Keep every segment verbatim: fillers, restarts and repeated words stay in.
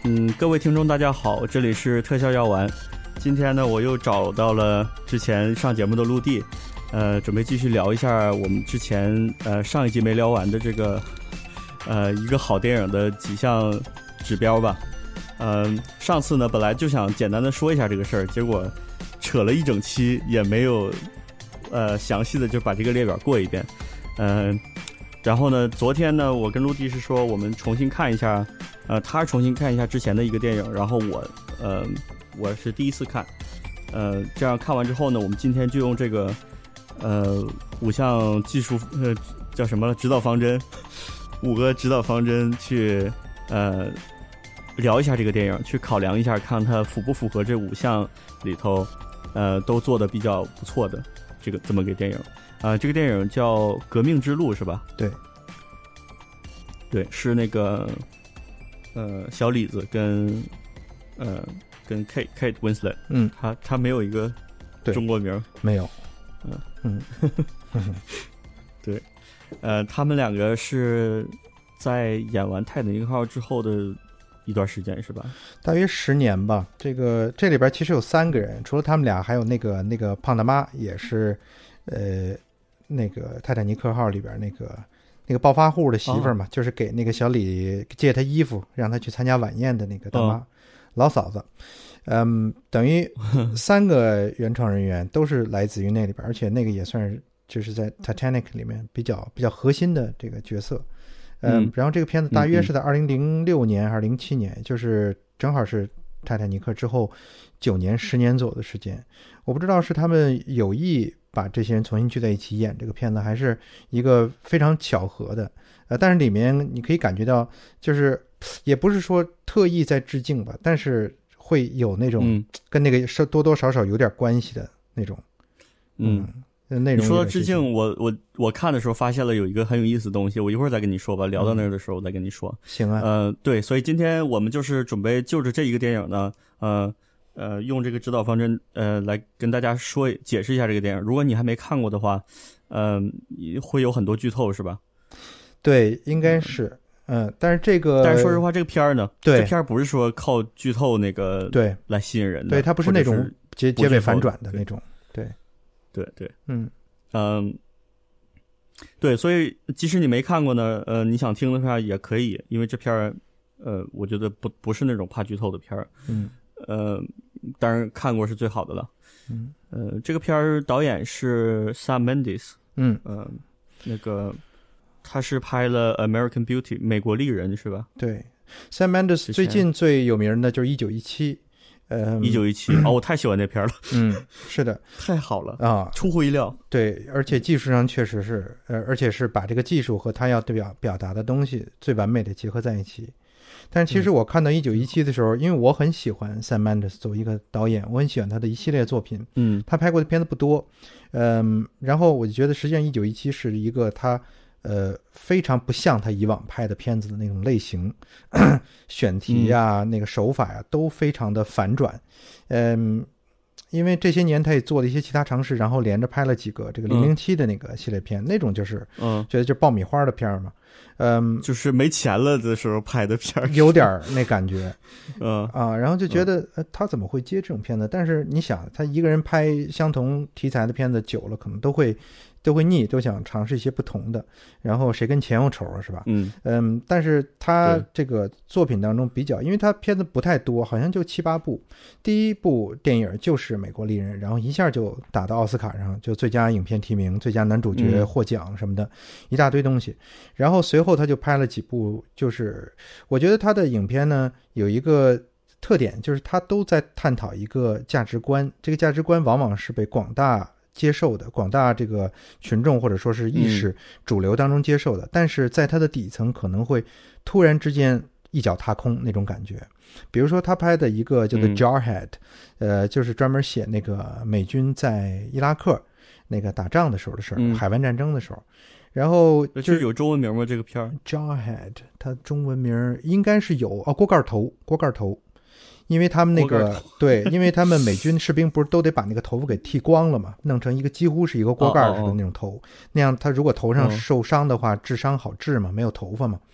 嗯，各位听众大家好，这里是特效药丸。今天呢，我又找到了之前上节目的陆地，呃，准备继续聊一下我们之前呃上一集没聊完的这个呃一个好电影的几项指标吧。嗯、呃，上次呢本来就想简单的说一下这个事儿，结果扯了一整期也没有呃详细的就把这个列表过一遍。嗯、呃，然后呢，昨天呢，我跟陆地是说我们重新看一下。呃，他重新看一下之前的一个电影，然后我，呃，我是第一次看，呃，这样看完之后呢，我们今天就用这个，呃，五项技术，呃，叫什么指导方针，五个指导方针去，呃，聊一下这个电影，去考量一下，看它符不符合这五项里头，呃，都做的比较不错的这个这么个电影，啊、呃，这个电影叫《革命之路》是吧？ 对， 对，是那个。呃，小李子跟呃跟 Kate Kate Winslet， 嗯， 他他没有一个中国名， 没有， 嗯嗯，对，呃，他们两个是在演完《泰坦尼克号》之后的一段时间是吧？ 大约十年吧。这个这里边其实有三个人，除了他们俩，还有那个那个胖大妈，也是呃那个泰坦尼克号里边那个。那个暴发户的媳妇儿嘛、哦，就是给那个小李借他衣服，让他去参加晚宴的那个大妈、哦、老嫂子。嗯，等于三个原创人员都是来自于那里边，而且那个也算是就是在 Titanic 里面比较比较核心的这个角色。嗯，嗯然后这个片子大约是在二零零六年还是零七年、嗯，就是正好是泰坦尼克之后九年十年左右的时间。我不知道是他们有意把这些人重新聚在一起演这个片子，还是一个非常巧合的，呃，但是里面你可以感觉到，就是也不是说特意在致敬吧，但是会有那种跟那个是多多少少有点关系的那种， 嗯， 嗯内容。 你说到致敬，我我我看的时候发现了有一个很有意思的东西，我一会儿再跟你说吧，聊到那儿的时候我再跟你说。 嗯、行啊， 呃，对，所以今天我们就是准备就着这一个电影呢，呃。呃，用这个指导方针，呃，来跟大家说解释一下这个电影。如果你还没看过的话，呃，会有很多剧透，是吧？ 对，应该是，嗯、呃，但是这个， 但是说实话，这个片儿呢， 对， 这片儿不是说靠剧透那个对来吸引人的， 对，它不是那种结结尾反转的那种，对， 对对， 嗯嗯，对，所以即使你没看过呢，呃，你想听的话也可以，因为这片儿，呃，我觉得不不是那种怕剧透的片儿， 嗯。 呃，当然看过是最好的了。 嗯， 呃，这个片儿导演是 Sam Mendes。 嗯， 呃，那个他是拍了《American Beauty》美国丽人是吧？ 对 ，Sam Mendes 最近最有名的就是一九一七。呃， 一九一七哦，我太喜欢那片了。 嗯，是的， 太好了啊， 出乎意料。 对，而且技术上确实是，呃，而且是把这个技术和他要表表达的东西最完美的结合在一起。但是其实我看到一九一七的时候、嗯、因为我很喜欢 Sam Mendes 作为一个导演，我很喜欢他的一系列作品， 嗯， 他拍过的片子不多，嗯，然后我就觉得实际上一九一七是一个他呃非常不像他以往拍的片子的那种类型，选题呀、嗯、那个手法呀都非常的反转，嗯，因为这些年他也做了一些其他尝试，然后连着拍了几个这个零零七的那个系列片、嗯、那种就是嗯觉得就是爆米花的片嘛，嗯， 就是没钱了的时候拍的片儿， 有点那感觉， 嗯啊，然后就觉得、嗯、呃他怎么会接这种片子？但是你想，他一个人拍相同题材的片子久了，可能都会都会腻，都想尝试一些不同的。然后谁跟钱有仇啊，是吧？ 嗯嗯，但是他这个作品当中比较，因为他片子不太多，好像就七八部。第一部电影就是《美国丽人》，然后一下就打到奥斯卡上，就最佳影片提名、最佳男主角获奖什么的、嗯、一大堆东西。然后随后他就拍了几部，就是我觉得他的影片呢有一个特点，就是他都在探讨一个价值观，这个价值观往往是被广大接受的，广大这个群众或者说是意识主流当中接受的、嗯、但是在它的底层可能会突然之间一脚踏空那种感觉。比如说他拍的一个叫做 Jarhead、嗯、呃，就是专门写那个美军在伊拉克那个打仗的时候的事儿、嗯、海湾战争的时候。然后就是有中文名吗？这个片儿 Jarhead 它中文名应该是有哦，锅盖头，锅盖头，因为他们那个对，因为他们美军士兵不是都得把那个头发给剃光了嘛，弄成一个几乎是一个锅盖似的那种头，哦哦哦那样他如果头上受伤的话、哦、治伤好治嘛，没有头发嘛。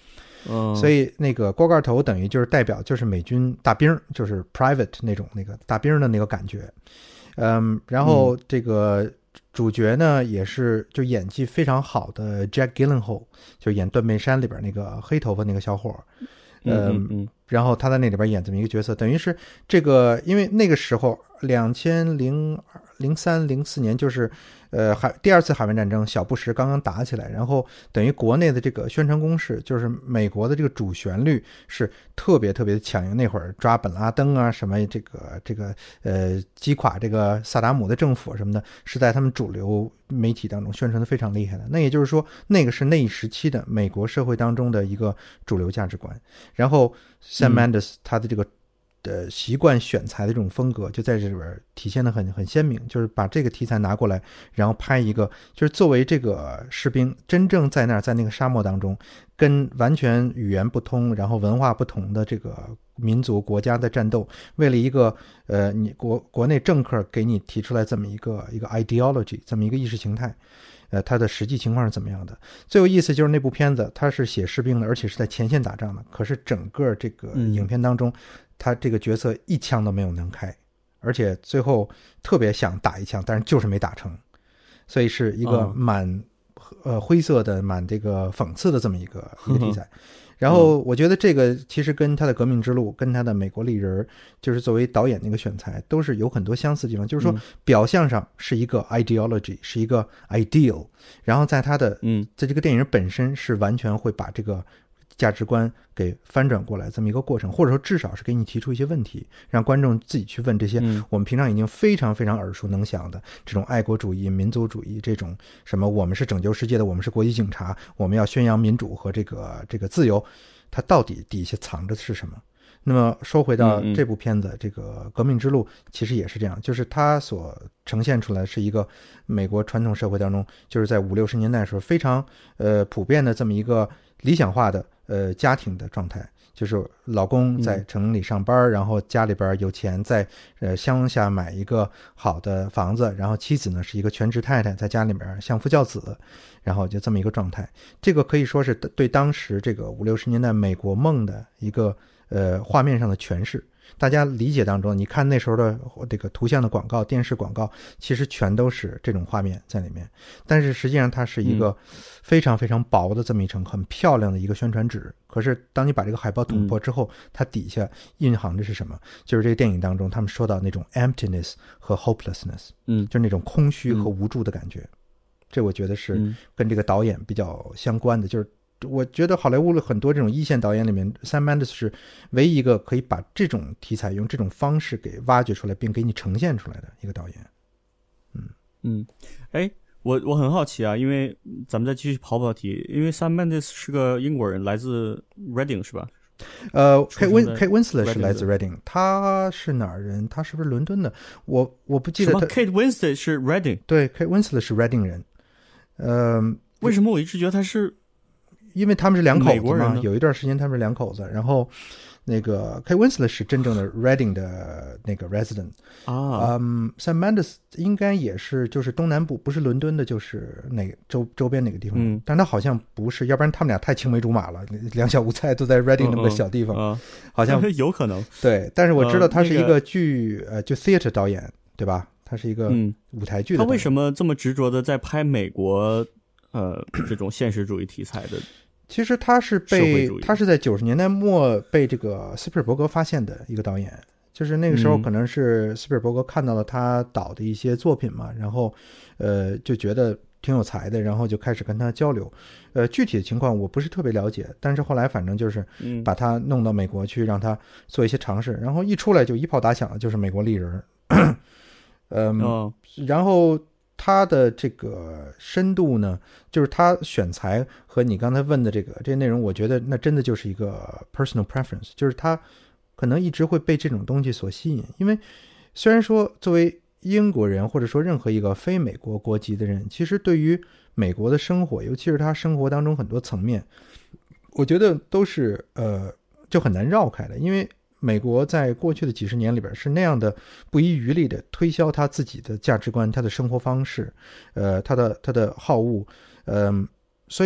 嗯，所以那个锅盖头等于就是代表就是美军大兵，就是 private 那种那个大兵的那个感觉。嗯，然后这个主角呢也是就演技非常好的 Jack Gyllenhaal， 就演断背山里边那个黑头发那个小伙。 嗯嗯， 然后他在那里边演这么一个角色，等于是这个，因为那个时候两千零零三零四年就是呃海第二次海湾战争，小布什刚刚打起来，然后等于国内的这个宣传攻势，就是美国的这个主旋律是特别特别的强硬。那会儿抓本拉登啊，什么这个这个呃击垮这个萨达姆的政府什么的，是在他们主流媒体当中宣传的非常厉害的。那也就是说，那个是那一时期的美国社会当中的一个主流价值观。然后 Sam Mendes 他的这个呃习惯选材的这种风格就在这里边体现的很很鲜明，就是把这个题材拿过来，然后拍一个就是作为这个士兵真正在那儿在那个沙漠当中跟完全语言不通然后文化不同的这个民族国家在战斗，为了一个呃你国国内政客给你提出来这么一个一个 ideology 这么一个意识形态，呃，它的实际情况是怎么样的？最有意思就是那部片子，它是写士兵的，而且是在前线打仗的。可是整个这个影片当中，他这个角色一枪都没有能开，而且最后特别想打一枪，但是就是没打成，所以是一个蛮、呃灰色的、蛮这个讽刺的这么一个一个题材。然后我觉得这个其实跟他的革命之路跟他的美国丽人就是作为导演那个选材都是有很多相似的地方，就是说表象上是一个 ideology 是一个 ideal， 然后在他的嗯在这个电影本身是完全会把这个价值观给翻转过来这么一个过程，或者说至少是给你提出一些问题，让观众自己去问这些我们平常已经非常非常耳熟能详的这种爱国主义民族主义，这种什么我们是拯救世界的，我们是国际警察，我们要宣扬民主和这个这个自由，它到底底下藏着的是什么。那么说回到这部片子、嗯嗯、这个革命之路其实也是这样，就是它所呈现出来是一个美国传统社会当中就是在五六十年代的时候非常呃普遍的这么一个理想化的呃家庭的状态，就是老公在城里上班、嗯、然后家里边有钱，在呃乡下买一个好的房子，然后妻子呢是一个全职太太，在家里面相夫教子，然后就这么一个状态。这个可以说是对当时这个五六十年代美国梦的一个呃画面上的诠释。大家理解当中，你看那时候的这个图像的广告电视广告其实全都是这种画面在里面，但是实际上它是一个非常非常薄的这么一层很漂亮的一个宣传纸。可是当你把这个海报捅破之后、嗯、它底下蕴含的是什么，就是这个电影当中他们说到那种 emptiness 和 hopelessness， 嗯，就是那种空虚和无助的感觉、嗯、这我觉得是跟这个导演比较相关的。就是我觉得好莱坞的很多这种一线导演里面 Sam Mendes 是唯一一个可以把这种题材用这种方式给挖掘出来并给你呈现出来的一个导演。嗯嗯，哎，我我很好奇啊，因为咱们再继续跑跑题，因为 Sam Mendes 是个英国人，来自 Reading 是吧？ 呃 Kate Win Kate Winslet 是来自 Reading， 他是哪儿人？他是不是伦敦的？我我不记得他。 什么 Kate Winslet 是 Reading？ 对 Kate Winslet 是 Reading 人。呃， 为什么我一直觉得他是？ 因为他们是两口子嘛，有一段时间他们是两口子，然后那个 Kate Winslet 是真正的 Reading 的那个 resident 啊，嗯 Sam Mendes 应该也是就是东南部，不是伦敦的，就是哪周周边哪个地方，嗯，但他好像不是，要不然他们俩太青梅竹马了，两小无猜都在 Reading 那么个小地方， 嗯嗯、 好像有可能。 对，但是我知道他是一个剧、呃那个、呃就 theater 导演，对吧？他是一个舞台剧的导演、嗯。他为什么这么执着的在拍美国呃这种现实主义题材的？ 其实他是被他是在九十年代末被这个斯皮尔伯格发现的一个导演，就是那个时候可能是斯皮尔伯格看到了他导的一些作品嘛，然后呃就觉得挺有才的，然后就开始跟他交流。呃，具体的情况我不是特别了解，但是后来反正就是把他弄到美国去，让他做一些尝试，然后一出来就一炮打响了，就是美国丽人。嗯、 哦， 然后他的这个深度呢，就是他选材和你刚才问的这个这些内容，我觉得那真的就是一个 personal preference， 就是他可能一直会被这种东西所吸引。因为虽然说作为英国人或者说任何一个非美国国籍的人，其实对于美国的生活，尤其是他生活当中很多层面，我觉得都是呃就很难绕开的。因为美国在过去的几十年里边是那样的不遗余力的推销他自己的价值观，他的生活方式，呃，他的他的好恶，嗯、呃，所以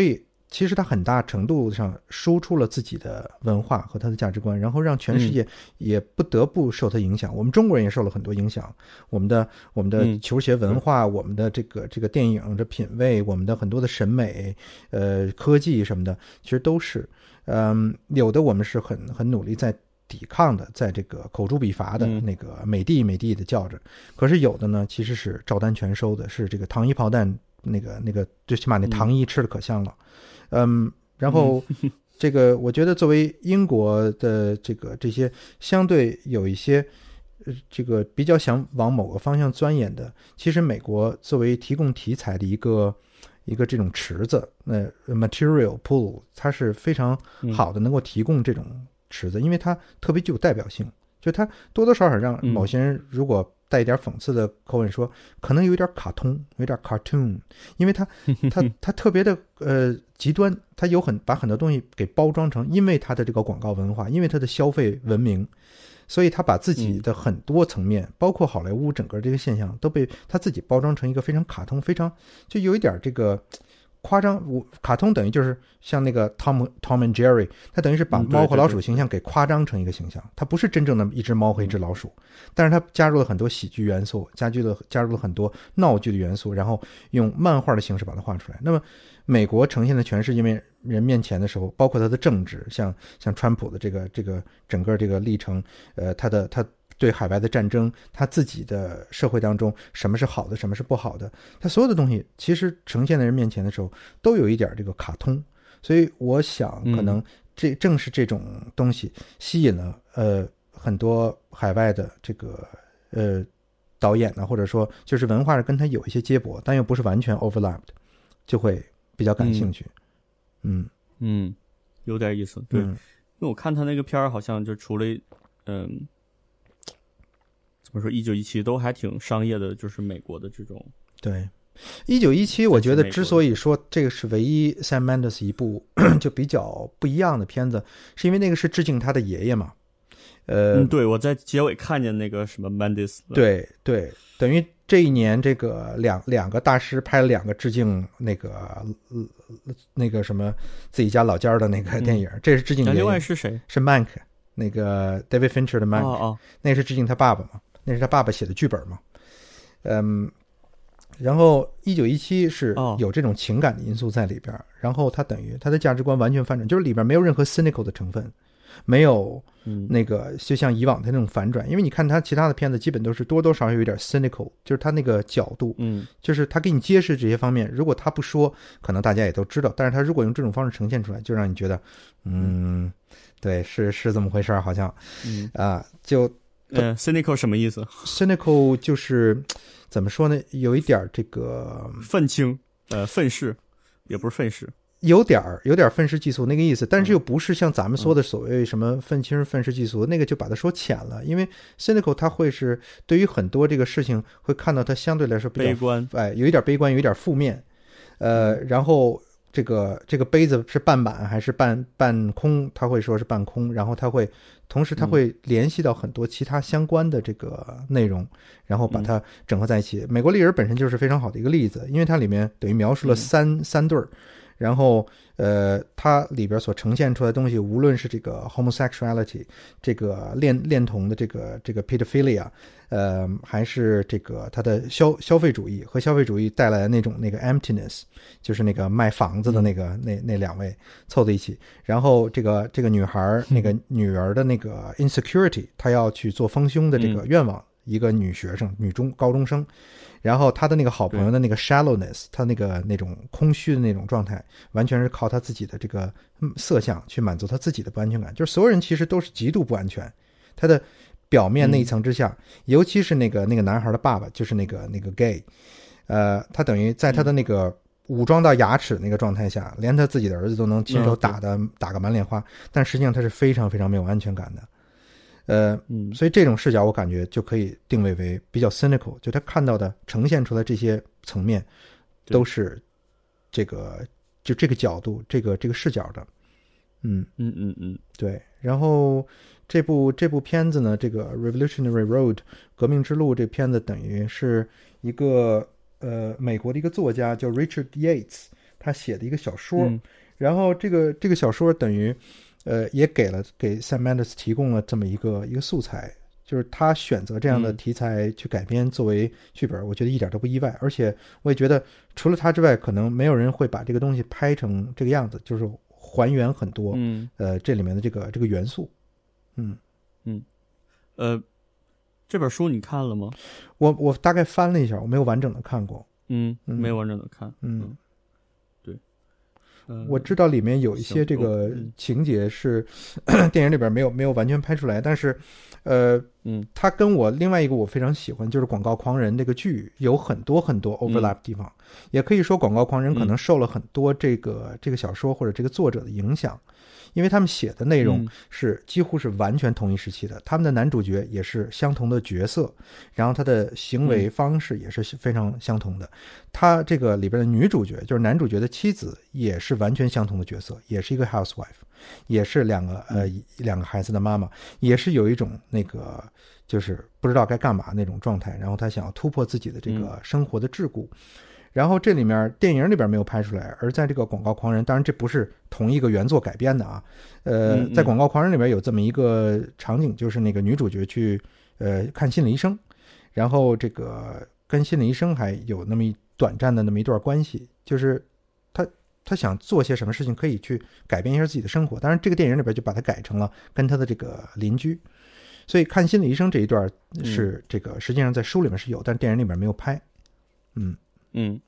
其实他很大程度上输出了自己的文化和他的价值观，然后让全世界也不得不受他影响。嗯、我们中国人也受了很多影响，我们的我们的球鞋文化，嗯、我们的这个这个电影的品味，我们的很多的审美，呃，科技什么的，其实都是，嗯，有的我们是很很努力在抵抗的，在这个口诛笔伐的那个美帝美帝的叫着，嗯、可是有的呢，其实是照单全收的，是这个糖衣炮弹，那个那个最起码那糖衣吃的可香了。嗯嗯，然后这个我觉得作为英国的这个这些相对有一些呃这个比较想往某个方向钻研的，其实美国作为提供题材的一个一个这种池子，呃 material pool， 它是非常好的能够提供这种池子，因为它特别具有代表性，就它多多少少让某些人如果带一点讽刺的口吻说，可能有点卡通，有点 cartoon， 因为它它它特别的呃极端，它有很把很多东西给包装成，因为它的这个广告文化，因为它的消费文明，所以它把自己的很多层面，嗯、包括好莱坞整个这个现象，都被它自己包装成一个非常卡通，非常就有一点这个夸张。我卡通等于就是像那个 Tom Tom and Jerry， 它等于是把猫和老鼠形象给夸张成一个形象，它不是真正的一只猫和一只老鼠，但是它加入了很多喜剧元素，加入了加入了很多闹剧的元素，然后用漫画的形式把它画出来。那么美国呈现在全世界人面前的时候，包括它的政治，像像川普的这个这个整个这个历程，呃，他的他对海外的战争，他自己的社会当中什么是好的，什么是不好的，他所有的东西其实呈现在人面前的时候，都有一点这个卡通。所以我想，可能这正是这种东西吸引了呃很多海外的这个呃导演呢，或者说就是文化跟他有一些接驳，但又不是完全 overlapped， 就会比较感兴趣。嗯嗯, 嗯，有点意思。对，嗯、因为我看他那个片儿，好像就除了嗯，怎么说一九一七都还挺商业的，就是美国的这种。 对，一九一七我觉得之所以说这个是唯一 Sam Mendes 一部就比较不一样的片子，是因为那个是致敬他的爷爷嘛。呃， 嗯，对，我在结尾看见那个什么 Mendes。 对对，等于这一年这个两两个大师拍了两个致敬那个、呃、那个什么自己家老家的那个电影，嗯、这是致敬爷爷。 另外是谁？ 是 Mank， 那个 David Fincher 的 Mank， 哦哦， 那是致敬他爸爸嘛，那是他爸爸写的剧本嘛。嗯，然后一九一七是有这种情感的因素在里边，哦、然后他等于他的价值观完全反转，就是里边没有任何 cynical 的成分。没有那个就像以往的那种反转，因为你看他其他的片子基本都是多多少少有一点 cynical， 就是他那个角度， 嗯， 就是他给你揭示这些方面，如果他不说可能大家也都知道，但是他如果用这种方式呈现出来，就让你觉得嗯对，是是这么回事好像嗯啊，就呃 cynical 什么意思？ cynical 就是怎么说呢，有一点这个愤青，呃愤世，也不是愤世， 有点有点愤世嫉俗那个意思，但是又不是像咱们说的所谓什么愤青愤世嫉俗，那个就把它说浅了。因为 cynical 它会是对于很多这个事情会看到它相对来说比较悲观， 哎，有一点悲观，有一点负面。呃，然后这个这个杯子是半满还是半半空，他会说是半空，然后他会同时他会联系到很多其他相关的这个内容，然后把它整合在一起。美国丽人本身就是非常好的一个例子，因为它里面等于描述了三、嗯、三对儿。然后，呃，它里边所呈现出来的东西，无论是这个 homosexuality， 这个恋恋童的这个这个 pedophilia， 呃，还是这个它的消消费主义和消费主义带来的那种那个 emptiness， 就是那个卖房子的那个、嗯、那那两位凑在一起。然后这个这个女孩那个女儿的那个 insecurity， 她要去做丰胸的这个愿望，嗯、一个女学生，女中高中生。然后他的那个好朋友的那个 shallowness， 他那个那种空虚的那种状态，完全是靠他自己的这个色相去满足他自己的不安全感。就是所有人其实都是极度不安全，他的表面那一层之下，嗯、尤其是那个那个男孩的爸爸，就是那个那个 gay， 呃，他等于在他的那个武装到牙齿那个状态下，连他自己的儿子都能亲手打的、嗯、打个满脸花，但实际上他是非常非常没有安全感的。呃，嗯，所以这种视角我感觉就可以定位为比较 cynical， 就他看到的呈现出来这些层面都是这个就这个角度这个这个视角的。嗯嗯嗯嗯， 对。然后这部这部片子呢，这个 Revolutionary Road 革命之路这片子等于是一个呃美国的一个作家叫 Richard Yates 他写的一个小说，嗯、 然后这个这个小说等于呃也给了给 Sam Mendes 提供了这么一个一个素材，就是他选择这样的题材去改编作为剧本，我觉得一点都不意外。而且我也觉得除了他之外，可能没有人会把这个东西拍成这个样子，就是还原很多嗯呃这里面的这个这个元素。嗯嗯，呃，这本书你看了吗？ 我我大概翻了一下，我没有完整的看过。 嗯，没有完整的看。 嗯， 嗯对。呃、 我知道里面有一些这个情节是、嗯、电影里边没有没有完全拍出来，但是呃嗯， 它跟我另外一个我非常喜欢就是《广告狂人》这个剧有很多很多 overlap 地方、嗯、也可以说《广告狂人》可能受了很多这个、嗯、这个小说或者这个作者的影响，因为他们写的内容是几乎是完全同一时期的、嗯、他们的男主角也是相同的角色，然后他的行为方式也是非常相同的、嗯、他这个里边的女主角就是男主角的妻子也是完全相同的角色，也是一个 housewife， 也是两个呃两个孩子的妈妈，也是有一种那个就是不知道该干嘛那种状态，然后他想要突破自己的这个生活的桎梏、嗯，然后这里面电影里边没有拍出来，而在这个广告狂人，当然这不是同一个原作改编的啊，呃，在广告狂人里边有这么一个场景，就是那个女主角去呃看心理医生，然后这个跟心理医生还有那么一短暂的那么一段关系，就是他他想做些什么事情可以去改变一下自己的生活，当然这个电影里边就把它改成了跟他的这个邻居，所以看心理医生这一段是这个实际上在书里面是有，但电影里面没有拍。嗯嗯，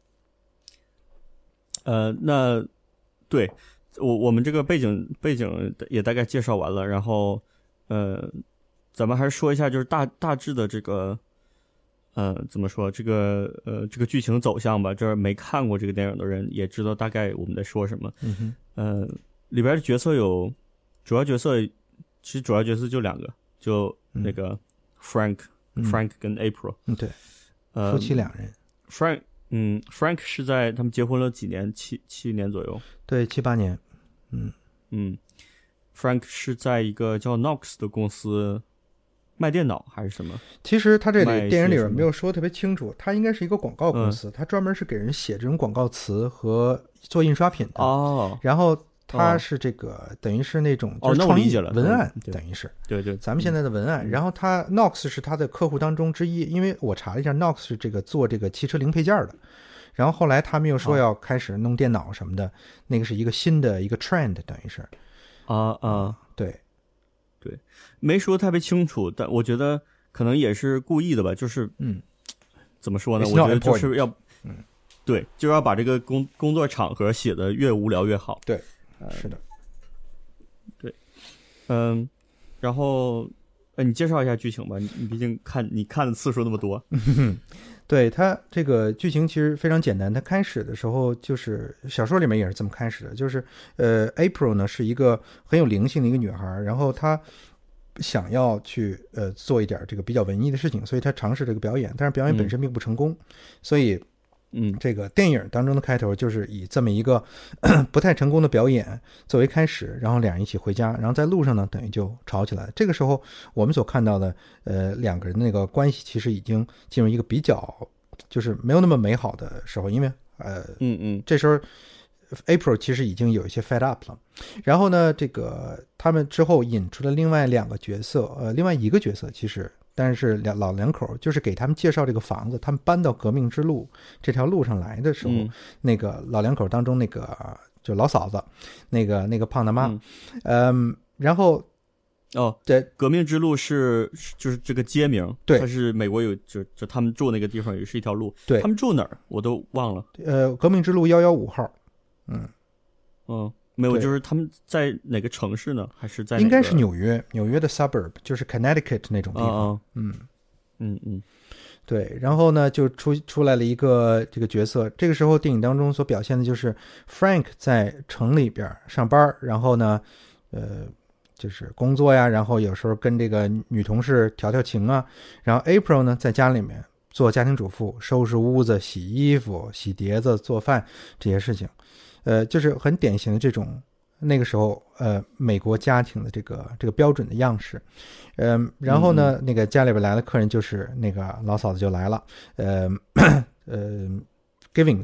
呃，那对我我们这个背景背景也大概介绍完了，然后呃，咱们还是说一下就是大大致的这个呃怎么说这个呃这个剧情走向吧，就是没看过这个电影的人也知道大概我们在说什么。 嗯哼， 呃，里边的角色有主要角色，其实主要角色就两个，就那个 Frank、嗯、Frank 跟 April， 嗯对， 呃， 夫妻两人。 Frank， 嗯 ，Frank 是在他们结婚了几年，七七年左右， 对，七八年，嗯嗯 ，Frank 是在一个叫 Knox 的公司卖电脑还是什么？ 其实他这里电影里边没有说特别清楚，他应该是一个广告公司， 嗯、 他专门是给人写这种广告词和做印刷品的。 哦， 然后他是这个、哦、等于是那种哦， 那我理解了， 文案、嗯、等于是对对， 咱们现在的文案。嗯、然后他 Knox 是他的客户当中之一，因为我查了一下 ，Knox 是这个做这个汽车零配件的。然后后来他们又说要开始弄电脑什么的，哦、那个是一个新的一个 trend， 等于是啊啊， 对对，没说特别清楚，但我觉得可能也是故意的吧，就是嗯， 怎么说呢？我觉得就是要嗯， 对，就要把这个工工作场合写得越无聊越好。 对，呃、是的。 对，嗯，然后，呃，你介绍一下剧情吧。你你毕竟看你看的次数那么多。 对，它这个剧情其实非常简单。它开始的时候就是小说里面也是这么开始的，就是呃 ，April 呢是一个很有灵性的一个女孩，然后她想要去呃做一点这个比较文艺的事情，所以她尝试这个表演，但是表演本身并不成功，嗯、所以。 嗯， 这个电影当中的开头就是以这么一个不太成功的表演作为开始，然后两人一起回家，然后在路上呢，等于就吵起来了。这个时候我们所看到的，呃，两个人的那个关系其实已经进入一个比较就是没有那么美好的时候，因为呃， 嗯嗯， 这时候 April 其实已经有一些 fed up 了。然后呢，这个他们之后引出了另外两个角色，呃，另外一个角色其实。但是两老两口就是给他们介绍这个房子，他们搬到革命之路这条路上来的时候， 嗯、 那个老两口当中那个就老嫂子，那个那个胖大妈， 嗯， 嗯然后哦， 对， 革命之路是就是这个街名， 对， 它是美国有就就他们住那个地方也是一条路， 对， 他们住哪儿我都忘了， 呃，革命之路幺幺五号，嗯嗯。没有，就是他们在哪个城市呢？还是在应该是纽约，纽约的 suburb， 就是 Connecticut 那种地方。 哦、 嗯嗯嗯， 对。然后呢，就出出来了一个这个角色。这个时候电影当中所表现的就是 Frank 在城里边上班，然后呢，呃，就是工作呀，然后有时候跟这个女同事调调情啊。然后 April 呢，在家里面做家庭主妇，收拾屋子、洗衣服、洗碟子、做饭这些事情。呃，就是很典型的这种那个时候呃美国家庭的这个这个标准的样式，嗯、呃，然后呢、嗯，那个家里边来了客人，就是那个老嫂子就来了，呃呃 ，Givings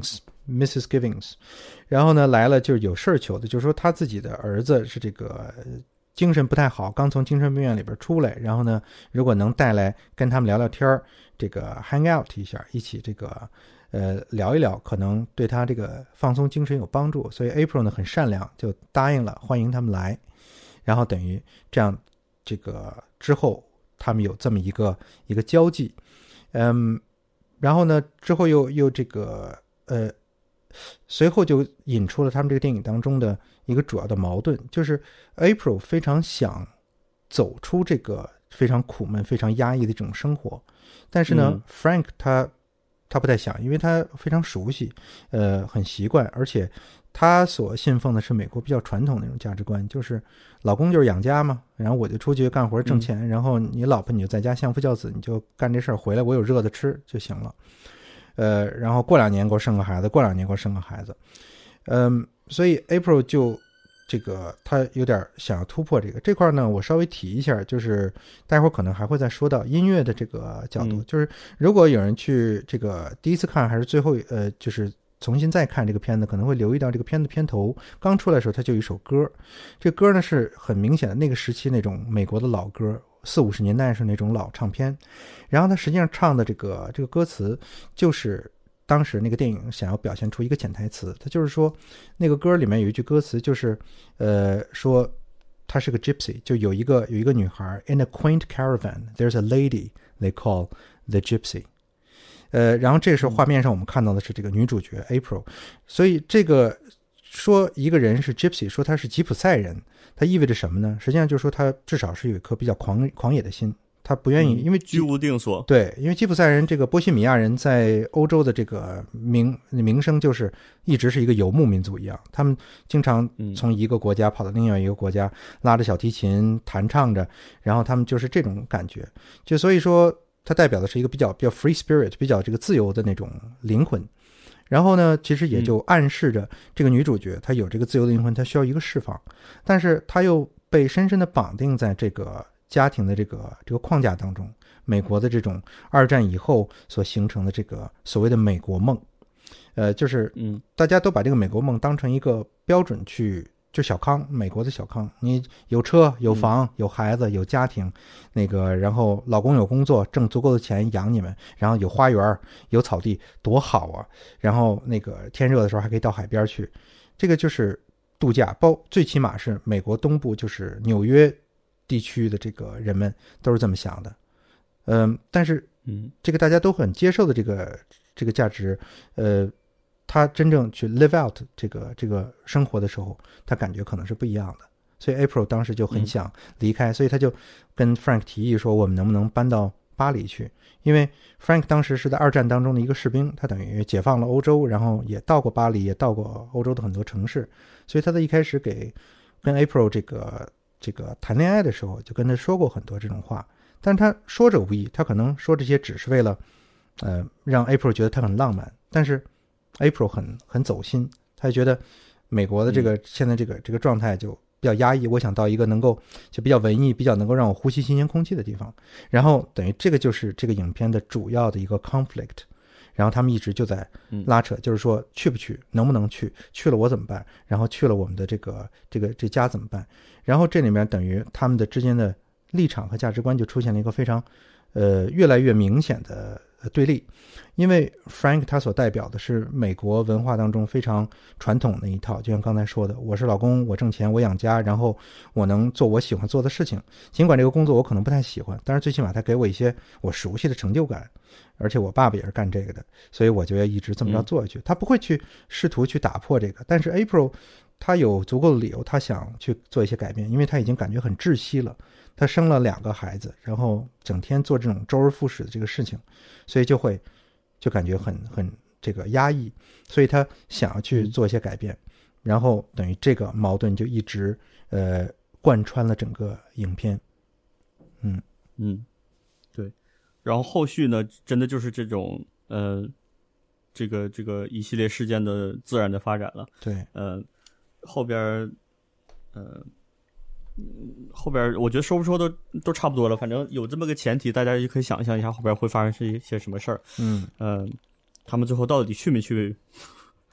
Missus Givings， 然后呢来了就是有事儿求的，就是说他自己的儿子是这个精神不太好，刚从精神病院里边出来，然后呢如果能带来跟他们聊聊天，这个 hang out 一下，一起这个呃聊一聊，可能对他这个放松精神有帮助，所以 April 呢很善良，就答应了，欢迎他们来，然后等于这样这个之后他们有这么一个一个交际，嗯，然后呢之后又又这个呃随后就引出了他们这个电影当中的一个主要的矛盾，就是 April 非常想走出这个非常苦闷非常压抑的这种生活，但是呢、嗯、Frank 他他不太想，因为他非常熟悉呃很习惯，而且他所信奉的是美国比较传统的那种价值观，就是老公就是养家嘛，然后我就出去干活挣钱、嗯、然后你老婆你就在家相夫教子，你就干这事儿，回来我有热的吃就行了，呃，然后过两年给我生个孩子，过两年给我生个孩子，嗯，所以 April 就这个他有点想要突破这个这块呢，我稍微提一下，就是待会儿可能还会再说到音乐的这个角度、嗯、就是如果有人去这个第一次看还是最后呃就是重新再看这个片子，可能会留意到这个片子片头刚出来的时候它就有一首歌，这歌呢是很明显的那个时期那种美国的老歌，四五十年代是那种老唱片，然后他实际上唱的这个这个歌词就是当时那个电影想要表现出一个潜台词，他就是说那个歌里面有一句歌词就是呃说她是个 gypsy， 就有一个有一个女孩 in a quaint caravan there's a lady they call the gypsy， 呃然后这个时候画面上我们看到的是这个女主角 April， 所以这个说一个人是 gypsy， 说他是吉普赛人，它意味着什么呢？实际上就是说他至少是有一颗比较狂狂野的心，他不愿意、嗯、因为居无定所， 对，因为吉普赛人这个波西米亚人在欧洲的这个名名声就是一直是一个游牧民族一样，他们经常从一个国家跑到另外一个国家，拉着小提琴弹唱着，然后他们就是这种感觉，就所以说它代表的是一个比较比较 free spirit， 比较这个自由的那种灵魂。然后呢其实也就暗示着这个女主角她有这个自由的灵魂，她需要一个释放，但是她又被深深的绑定在这个家庭的这个这个框架当中，美国的这种二战以后所形成的这个所谓的美国梦，呃，就是嗯，大家都把这个美国梦当成一个标准去，就小康，美国的小康，你有车有房有孩子有家庭，那个然后老公有工作挣足够的钱养你们，然后有花园有草地多好啊，然后那个天热的时候还可以到海边去，这个就是度假包，最起码是美国东部就是纽约地区的这个人们都是这么想的，嗯，但是嗯，这个大家都很接受的这个这个价值，呃，他真正去 live out 这个这个生活的时候，他感觉可能是不一样的，所以 April 当时就很想离开、嗯、所以他就跟 Frank 提议说我们能不能搬到巴黎去，因为 Frank 当时是在二战当中的一个士兵，他等于解放了欧洲，然后也到过巴黎，也到过欧洲的很多城市，所以他在一开始给跟 April 这个这个谈恋爱的时候就跟他说过很多这种话，但是他说者无意，他可能说这些只是为了呃让 April 觉得他很浪漫，但是 April 很很走心，他觉得美国的这个、嗯、现在这个这个状态就比较压抑，我想到一个能够就比较文艺比较能够让我呼吸新鲜空气的地方，然后等于这个就是这个影片的主要的一个 conflict， 然后他们一直就在拉扯、嗯、就是说去不去，能不能去，去了我怎么办，然后去了我们的这个这个这家怎么办，然后这里面等于他们的之间的立场和价值观就出现了一个非常呃越来越明显的对立，因为 Frank 他所代表的是美国文化当中非常传统的一套，就像刚才说的，我是老公，我挣钱，我养家，然后我能做我喜欢做的事情，尽管这个工作我可能不太喜欢，但是最起码他给我一些我熟悉的成就感，而且我爸爸也是干这个的，所以我就要一直这么着做下去、嗯、他不会去试图去打破这个，但是 April 他有足够的理由，他想去做一些改变，因为他已经感觉很窒息了，他生了两个孩子，然后整天做这种周而复始的这个事情，所以就会就感觉很很这个压抑，所以他想要去做一些改变、嗯、然后等于这个矛盾就一直呃贯穿了整个影片。嗯嗯，对，然后后续呢真的就是这种呃这个这个一系列事件的自然的发展了。 对， 呃后边呃后边我觉得说不说都都差不多了，反正有这么个前提，大家就可以想象一下后边会发生一些什么事儿。 嗯呃他们最后到底去没去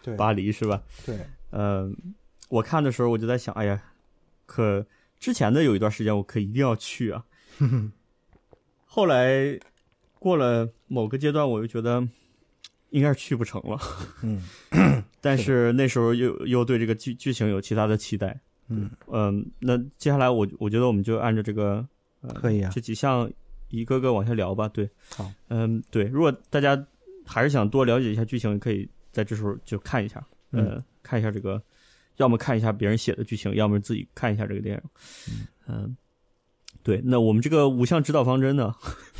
对， 巴黎是吧？ 对， 嗯、呃，我看的时候我就在想，哎呀，可之前的有一段时间我可一定要去啊，后来过了某个阶段，我就觉得应该是去不成了， 嗯， 但是那时候又又对这个剧剧情有其他的期待， 嗯嗯、呃，那接下来我我觉得我们就按照这个，呃、 可以啊， 这几项一个个往下聊吧。对， 好， 嗯，对，如果大家还是想多了解一下剧情，可以在这时候就看一下，呃，嗯、看一下这个，要么看一下别人写的剧情，要么自己看一下这个电影，嗯。呃对，那我们这个五项指导方针呢？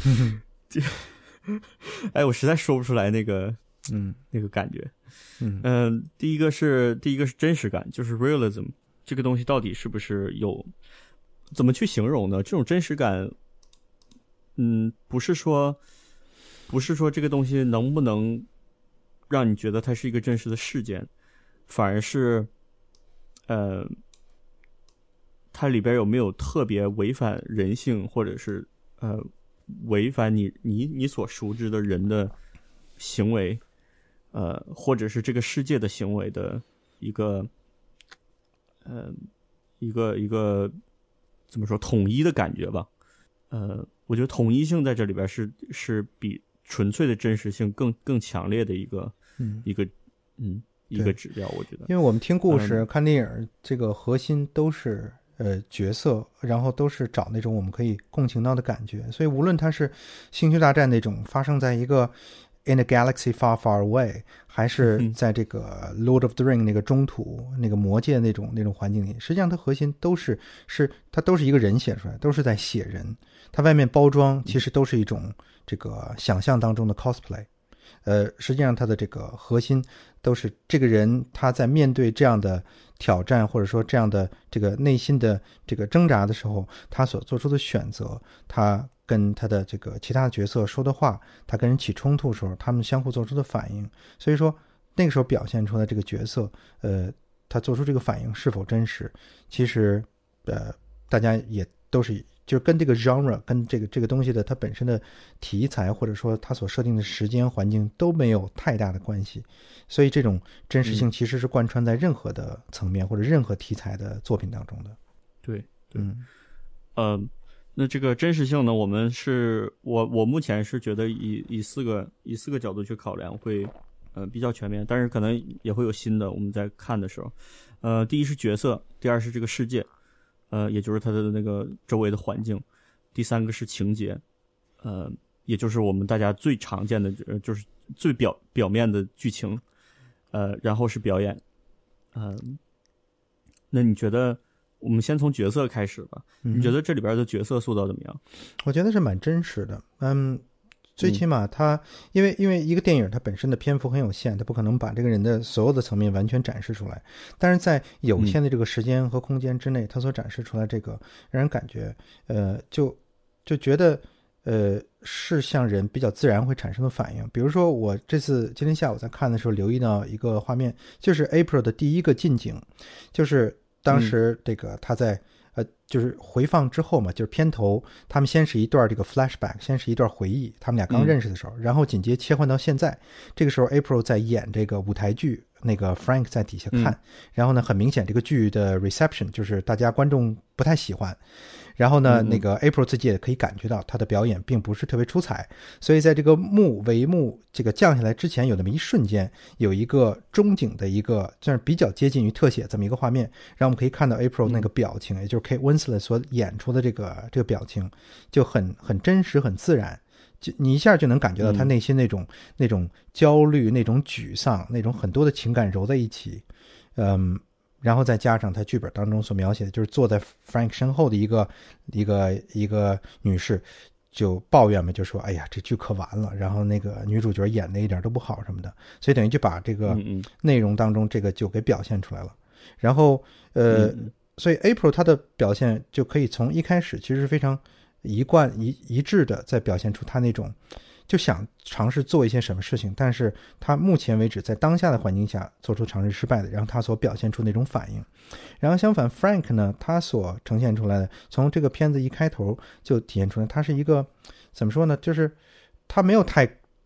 哎，我实在说不出来那个， 嗯， 那个感觉。 嗯嗯、呃，第一个是第一个是真实感，就是 realism 这个东西到底是不是有？怎么去形容呢？这种真实感，嗯，不是说，不是说这个东西能不能让你觉得它是一个真实的事件，反而是，呃。它里边有没有特别违反人性，或者是呃违反你你你所熟知的人的行为，呃，或者是这个世界的行为的一个呃一个一个怎么说统一的感觉吧？呃，我觉得统一性在这里边是是比纯粹的真实性更更强烈的一个、嗯、一个嗯一个指标，我觉得。 因为我们听故事、嗯、看电影，这个核心都是。呃，角色，然后都是找那种我们可以共情到的感觉，所以无论它是星球大战那种发生在一个 in a galaxy far far away， 还是在这个 Lord of the Ring 那个中土、嗯、那个魔界那种那种环境里，实际上它核心都是是它都是一个人写出来，都是在写人，它外面包装其实都是一种这个想象当中的 cosplay， 呃，实际上它的这个核心都是这个人他在面对这样的挑战，或者说这样的这个内心的这个挣扎的时候，他所做出的选择，他跟他的这个其他的角色说的话，他跟人起冲突的时候，他们相互做出的反应，所以说那个时候表现出来这个角色，呃，他做出这个反应是否真实，其实呃，大家也都是就是跟这个 genre 跟这个这个东西的它本身的题材，或者说它所设定的时间环境都没有太大的关系，所以这种真实性其实是贯穿在任何的层面、嗯、或者任何题材的作品当中的。 对对， 嗯， 呃，那这个真实性呢，我们是我我目前是觉得以以四个以四个角度去考量会呃比较全面，但是可能也会有新的我们在看的时候，呃，第一是角色，第二是这个世界。呃，也就是它的那个周围的环境，第三个是情节，呃，也就是我们大家最常见的，呃，就是最表表面的剧情，呃，然后是表演，嗯、呃，那你觉得我们先从角色开始吧？ 嗯、 你觉得这里边的角色塑造怎么样？ 我觉得是蛮真实的，嗯。最起码他因为因为一个电影它本身的篇幅很有限，它不可能把这个人的所有的层面完全展示出来，但是在有限的这个时间和空间之内，他所展示出来这个让人感觉呃就就觉得呃是像人比较自然会产生的反应。比如说我这次今天下午在看的时候留意到一个画面，就是 April 的第一个近景，就是当时这个他在、嗯呃，就是回放之后嘛，就是片头，他们先是一段这个 flashback， 先是一段回忆，他们俩刚认识的时候，嗯、然后紧接切换到现在，这个时候 April 在演这个舞台剧，那个 Frank 在底下看，嗯、然后呢，很明显这个剧的 reception 就是大家观众不太喜欢。然后呢， 嗯、 那个 April 自己也可以感觉到她的表演并不是特别出彩，所以在这个幕帷幕这个降下来之前，有那么一瞬间，有一个中景的一个就是比较接近于特写这么一个画面，让我们可以看到 April 那个表情，嗯、也就是 Kate Winslet 所演出的这个这个表情，就很很真实、很自然，就你一下就能感觉到他内心那种、嗯、那种焦虑、那种沮丧、那种很多的情感揉在一起，嗯。然后再加上他剧本当中所描写的，就是坐在 Frank 身后的一个一个一个女士，就抱怨嘛，就说：“哎呀，这剧可完了。”然后那个女主角演的一点都不好什么的，所以等于就把这个内容当中这个就给表现出来了。然后呃， 嗯、 所以 April 她的表现就可以从一开始其实是非常一贯一一致的，在表现出她那种。就想尝试做一些什么事情，但是他目前为止在当下的环境下做出尝试失败的，然后他所表现出那种反应。然后相反 Frank 呢，他所呈现出来的，从这个片子一开头就体现出来，他是一个怎么说呢，就是他没有太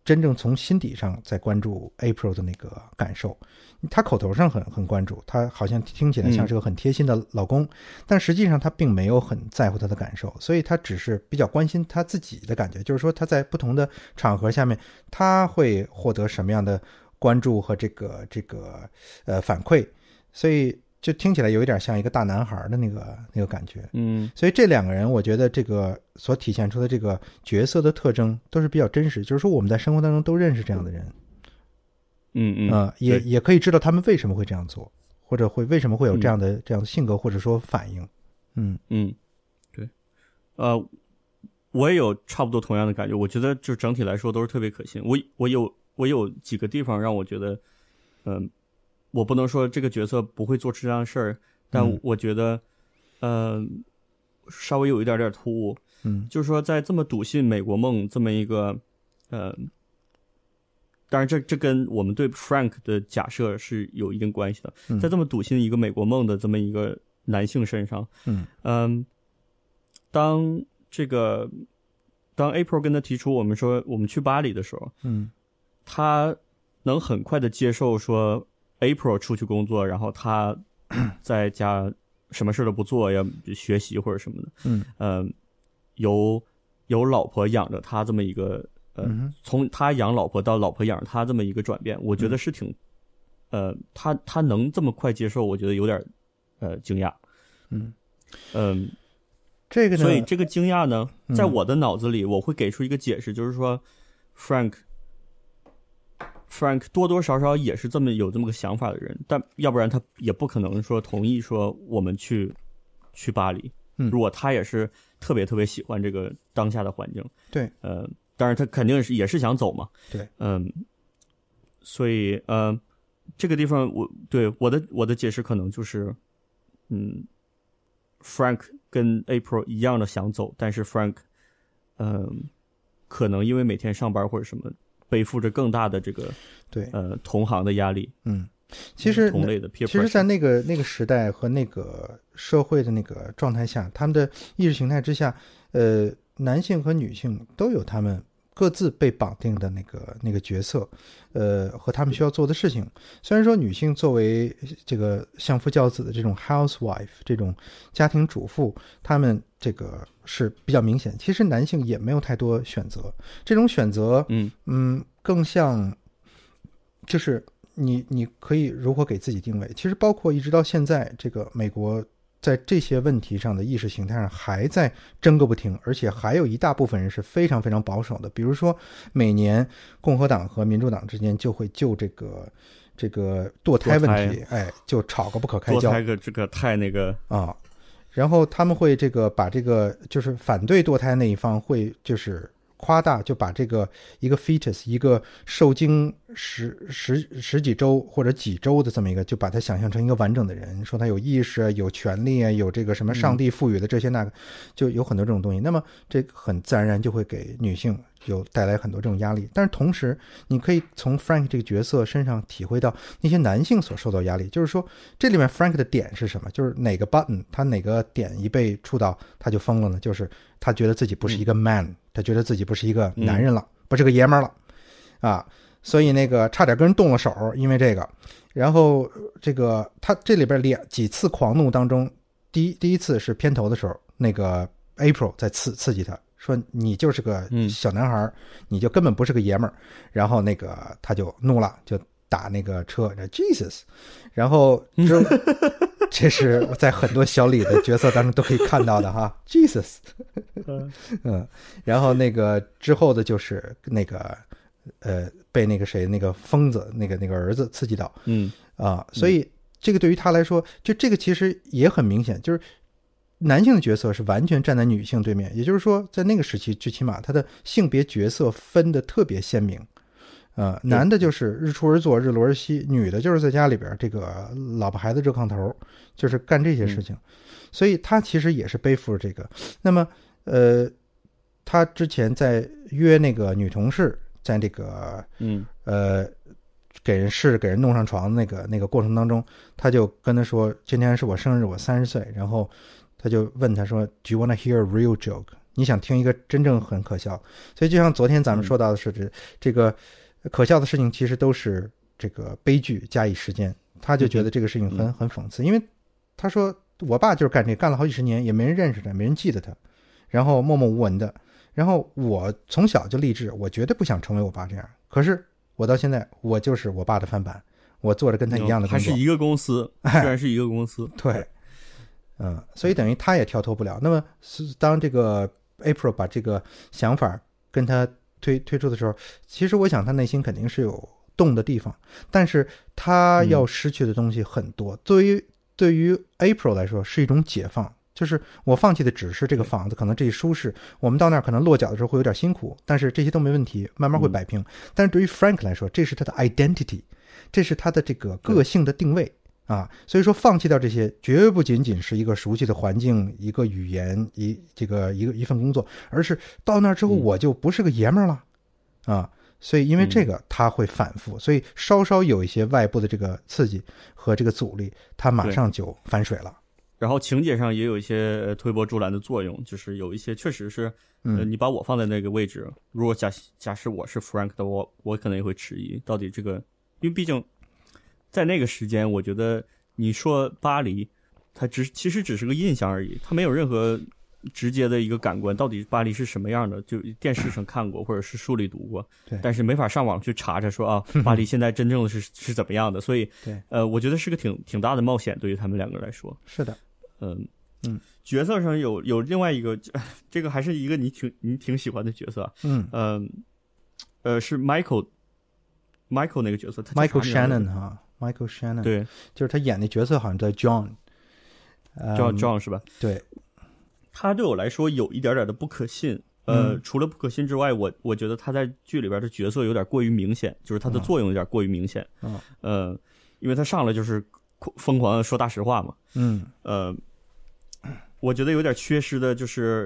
真正从心底上在关注 April 的那个感受。他口头上很很关注，他好像听起来像是个很贴心的老公，嗯、但实际上他并没有很在乎他的感受，所以他只是比较关心他自己的感觉，就是说他在不同的场合下面他会获得什么样的关注和这个这个呃反馈，所以就听起来有一点像一个大男孩的那个那个感觉。 嗯， 所以这两个人我觉得这个所体现出的这个角色的特征都是比较真实，就是说我们在生活当中都认识这样的人。 嗯嗯， 呃、也也可以知道他们为什么会这样做，或者会为什么会有这样的、嗯、这样的性格或者说反应。嗯嗯，对，呃，我也有差不多同样的感觉。我觉得就整体来说都是特别可信。我我有我有几个地方让我觉得，嗯、呃，我不能说这个角色不会做出这样的事儿，但我觉得，嗯、呃，稍微有一点点突兀。 嗯， 就是说在这么笃信美国梦这么一个，呃。当然这这跟我们对 Frank 的假设是有一定关系的。 嗯、 在这么笃信一个美国梦的这么一个男性身上， 嗯嗯，当这个当 April 跟他提出我们说我们去巴黎的时候， 嗯， 他能很快的接受说 April 出去工作，然后他在家什么事都不做，要学习或者什么的， 嗯嗯，由由老婆养着他这么一个。呃，从他养老婆到老婆养他这么一个转变，我觉得是挺，呃，他他能这么快接受，我觉得有点呃惊讶。 嗯嗯、呃， 这个呢， 所以这个惊讶呢，在我的脑子里，我会给出一个解释，就是说 ，Frank Frank 多多少少也是这么有这么个想法的人，但要不然他也不可能说同意说我们去去巴黎。 嗯， 如果他也是特别特别喜欢这个当下的环境， 对， 呃。当然他肯定是也是想走嘛， 对， 嗯，所以呃，这个地方我对我的我的解释可能就是，嗯 ，Frank 跟 April 一样的想走，但是 Frank， 嗯、呃，可能因为每天上班或者什么，背负着更大的这个对呃同行的压力， 嗯，其实同类的 peer pressure， 其实，在那个那个时代和那个社会的那个状态下，他们的意识形态之下，呃，男性和女性都有他们各自被绑定的那个那个角色，呃，和他们需要做的事情。虽然说女性作为这个相夫教子的这种 housewife 这种家庭主妇，他们这个是比较明显，其实男性也没有太多选择。这种选择， 嗯嗯，更像就是你你可以如何给自己定位。其实包括一直到现在，这个美国在这些问题上的意识形态上还在争个不停，而且还有一大部分人是非常非常保守的。比如说每年共和党和民主党之间就会就这个这个堕胎问题，哎，就吵个不可开交。 堕胎个这个太那个啊，然后他们会这个把这个就是反对堕胎那一方会就是夸大，就把这个一个 fetus 一个受精十十十几周或者几周的这么一个，就把它想象成一个完整的人，说他有意识、有权利啊，有这个什么上帝赋予的这些那个，就有很多这种东西。那么这很自然而然就会给女性有带来很多这种压力。但是同时，你可以从 Frank 这个角色身上体会到那些男性所受到压力。就是说，这里面 Frank 的点是什么？就是哪个 button 他哪个点一被触到，他就疯了呢？就是他觉得自己不是一个 man。嗯，他觉得自己不是一个男人了，嗯、不是个爷们儿了，啊，所以那个差点跟人动了手，因为这个。然后这个他这里边两几次狂怒当中，第一第一次是片头的时候，那个 April 在刺刺激他说你就是个小男孩，嗯、你就根本不是个爷们儿。然后那个他就怒了，就打那个车 Jesus， 然后之后。这是在很多小李的角色当中都可以看到的哈 ，Jesus， 嗯，然后那个之后的就是那个呃被那个谁那个疯子那个那个儿子刺激到， 嗯啊，所以这个对于他来说，就这个其实也很明显，就是男性的角色是完全站在女性对面，也就是说在那个时期最起码他的性别角色分得特别鲜明。呃，男的就是日出而作，日落而息；女的就是在家里边这个老婆孩子热炕头，就是干这些事情。嗯、所以他其实也是背负着这个。那么，呃，他之前在约那个女同事，在这个嗯呃给人试给人弄上床那个那个过程当中，他就跟他说：“今天是我生日，我三十岁。”然后他就问他说 ：“Do you want to hear a real joke？” 你想听一个真正很可笑，所以就像昨天咱们说到的是，这这个可笑的事情其实都是这个悲剧加以时间。他就觉得这个事情很很讽刺，因为他说我爸就是干这干了好几十年，也没人认识他，没人记得他，然后默默无闻的。然后我从小就立志，我绝对不想成为我爸这样。可是我到现在，我就是我爸的翻版，我做着跟他一样的工作， 还是一个公司，虽然是一个公司， 对，嗯，所以等于他也跳脱不了。那么当这个 April 把这个想法跟他推推出的时候，其实我想他内心肯定是有动的地方，但是他要失去的东西很多。嗯、对于对于 April 来说是一种解放，就是我放弃的只是这个房子，可能这一舒适，我们到那儿可能落脚的时候会有点辛苦，但是这些都没问题，慢慢会摆平。嗯、但是对于 Frank 来说，这是他的 identity， 这是他的这个个性的定位啊。所以说放弃掉这些，绝不仅仅是一个熟悉的环境、一个语言、一这个一个一份工作，而是到那儿之后我就不是个爷们儿了、嗯、啊。所以因为这个他会反复，所以稍稍有一些外部的这个刺激和这个阻力，他马上就反水了。 然后情节上也有一些推波助澜的作用，就是有一些确实是，呃，你把我放在那个位置，如果假假设我是 Frank 的，我我可能也会迟疑，到底这个，因为毕竟在那个时间，我觉得你说巴黎，它只其实只是个印象而已，它没有任何直接的一个感官，到底巴黎是什么样的，就电视上看过或者是书里读过， 对， 但是没法上网去查查说啊，巴黎现在真正的是是怎么样的，所以对， 呃，我觉得是个挺挺大的冒险，对于他们两个来说。 是的， 嗯嗯， 角色上有有另外一个，这个还是一个你挺你挺喜欢的角色， 嗯呃呃是 Michael Michael 那个角色 ，Michael Shannon 哈 ，Michael Shannon， 对， 就是他演的角色好像叫 John， John John 是吧？ 对。 他对我来说有一点点的不可信，呃， 嗯、 除了不可信之外，我我觉得他在剧里边的角色有点过于明显，就是他的作用有点过于明显， 嗯， 呃，因为他上来就是疯狂的说大实话嘛， 嗯， 呃，我觉得有点缺失的就是，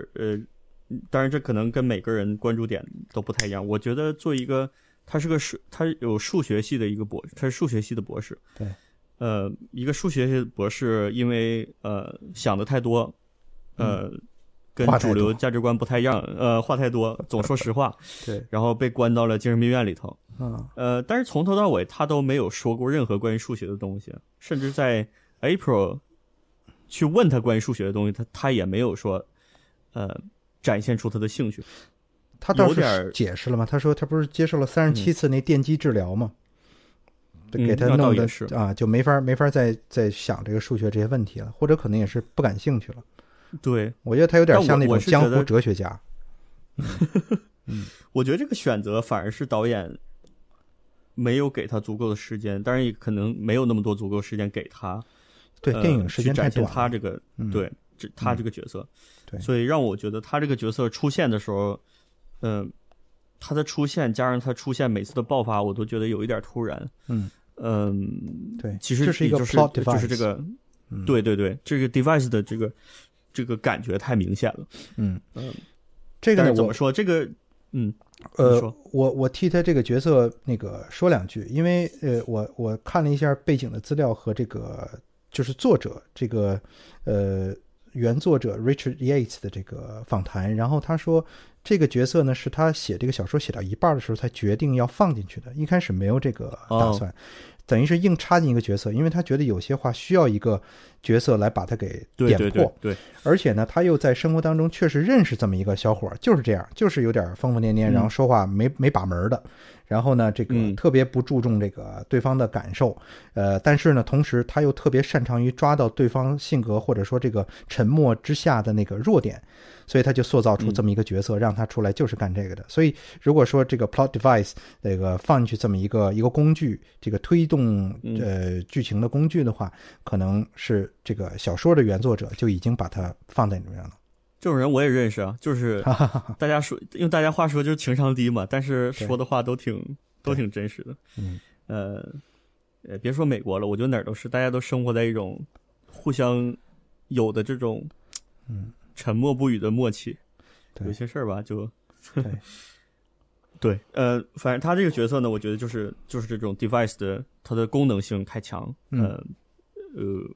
呃，当然这可能跟每个人关注点都不太一样。我觉得做一个，他是个数，他有数学系的一个博士，他是数学系的博士， 对， 呃，一个数学系的博士，因为呃想的太多。呃，跟主流价值观不太一样，呃，话太多，总说实话， 对， 然后被关到了精神病院里头， 嗯， 呃，但是从头到尾他都没有说过任何关于数学的东西，甚至在 April 去问他关于数学的东西，他他也没有说，呃，展现出他的兴趣。 他倒是解释了吗？他说他不是接受了三十七次那电击治疗吗？ 嗯、 给他弄的、 嗯、 啊，就没法没法再再想这个数学这些问题了，或者可能也是不感兴趣了。 对， 我觉得他有点像那种江湖哲学家。 嗯，我觉得这个选择反而是导演没有给他足够的时间，当然也可能没有那么多足够时间给他。 对，呃、电影时间太短了。 他这个、 嗯、 对，这他这个角色、 嗯，对， 所以让我觉得他这个角色出现的时候，嗯、呃，他的出现加上他出现每次的爆发，我都觉得有一点突然。 嗯嗯， 对， 其实就是一个 plot device， 就是这个， 嗯、 对对对，这个 device 的这个。这个感觉太明显了， 嗯嗯， 这个呢怎么说？这个，嗯， 呃，我我替他这个角色那个说两句，因为呃，我我看了一下背景的资料和这个就是作者这个呃原作者 Richard Yates 的这个访谈，然后他说这个角色呢是他写这个小说写到一半的时候才决定要放进去的，一开始没有这个打算。哦，等于是硬插进一个角色，因为他觉得有些话需要一个角色来把它给点破。 对对对对， 而且呢，他又在生活当中确实认识这么一个小伙，就是这样，就是有点疯疯癫癫，然后说话没、嗯、没把门的。然后呢，这个特别不注重这个对方的感受，嗯、呃，但是呢，同时他又特别擅长于抓到对方性格或者说这个沉默之下的那个弱点，所以他就塑造出这么一个角色，嗯、让他出来就是干这个的。所以如果说这个 plot device 这个放进去这么一个一个工具，这个推动呃剧情的工具的话，可能是这个小说的原作者就已经把它放在里面了。 这种人我也认识啊，就是大家说用大家话说就是情商低嘛，但是说的话都挺都挺真实的。 嗯， 呃，呃，别说美国了，我觉得哪儿都是，大家都生活在一种互相有的这种嗯沉默不语的默契。 对， 有些事儿吧，就对对，呃，反正他这个角色呢，我觉得就是就是这种 device 的它的功能性太强， 嗯、 呃呃，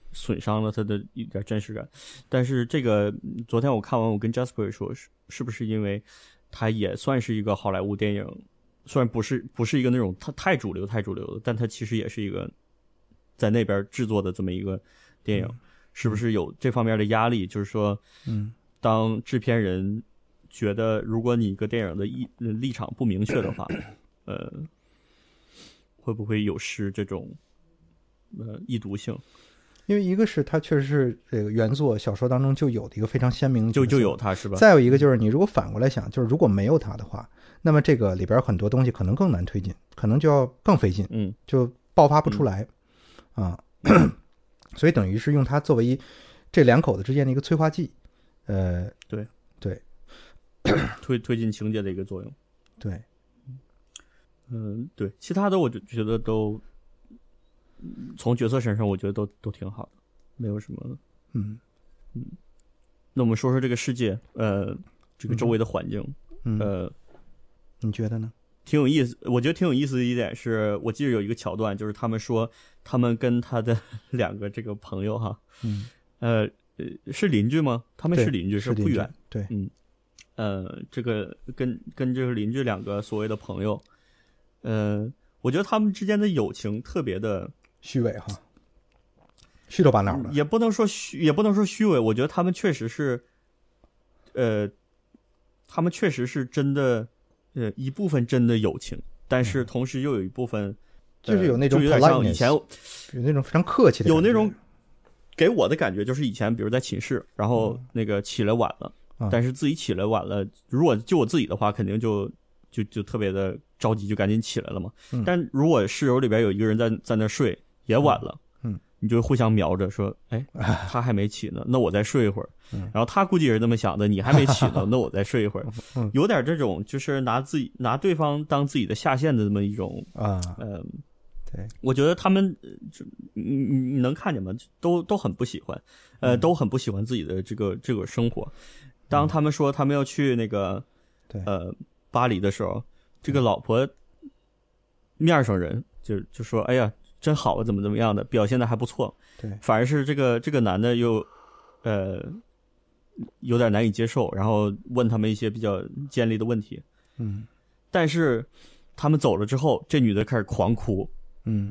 损伤了他的一点真实感。但是这个昨天我看完，我跟 Jasper 说，是是不是因为它也算是一个好莱坞电影，虽然不是不是一个那种它太主流太主流的，但它其实也是一个在那边制作的这么一个电影，嗯、是不是有这方面的压力？就是说， 嗯， 当制片人觉得如果你一个电影的意立场不明确的话，呃，会不会有失这种呃易读性？ 因为一个是它确实是这个原作小说当中就有的一个非常鲜明的角色， 就就有它是吧？ 再有一个就是你如果反过来想，就是如果没有它的话，那么这个里边很多东西可能更难推进，可能就要更费劲， 嗯， 就爆发不出来、嗯、啊。所以等于是用它作为一这两口子之间的一个催化剂，呃， 对对， 推推进情节的一个作用。 对， 嗯，对，其他的我就觉得都。从角色身上我觉得都都挺好的，没有什么嗯嗯。那我们说说这个世界，呃这个周围的环境， 嗯、 呃你觉得呢？ 挺有意思，我觉得挺有意思的一点是，我记得有一个桥段，就是他们说他们跟他的两个这个朋友哈， 嗯呃是邻居吗？他们是邻居， 是不远， 对， 嗯呃这个跟跟这个邻居两个所谓的朋友，呃我觉得他们之间的友情特别的虚伪哈，虚头巴脑的， 也不能说虚，也不能说虚伪。我觉得他们确实是，呃，他们确实是真的，呃，一部分真的友情，但是同时又有一部分， 嗯、就是有那种、 呃、就有点像以前有那种非常客气的， 有那种给我的感觉就是以前，比如在寝室，然后那个起来晚了， 嗯、 但是自己起来晚了，如果就我自己的话，肯定就就就特别的着急，就赶紧起来了嘛。 嗯、 但如果室友里边有一个人在在那睡。也晚了， 嗯， 你就会互相瞄着说，哎，他还没起呢，那我再睡一会儿。 嗯， 然后他估计也是这么想的，你还没起呢，那我再睡一会儿。 嗯， 有点这种就是拿自己拿对方当自己的下线的这么一种啊， 嗯， 对， 我觉得他们就你你你能看见吗？都都很不喜欢，呃， 嗯、 都很不喜欢自己的这个这个生活。当他们说他们要去那个对呃巴黎的时候，这个老婆面上人就就说，哎呀。真好啊，怎么怎么样的，表现的还不错。 对， 反而是这个这个男的又，呃，有点难以接受，然后问他们一些比较尖利的问题。 嗯， 但是他们走了之后，这女的开始狂哭。 嗯，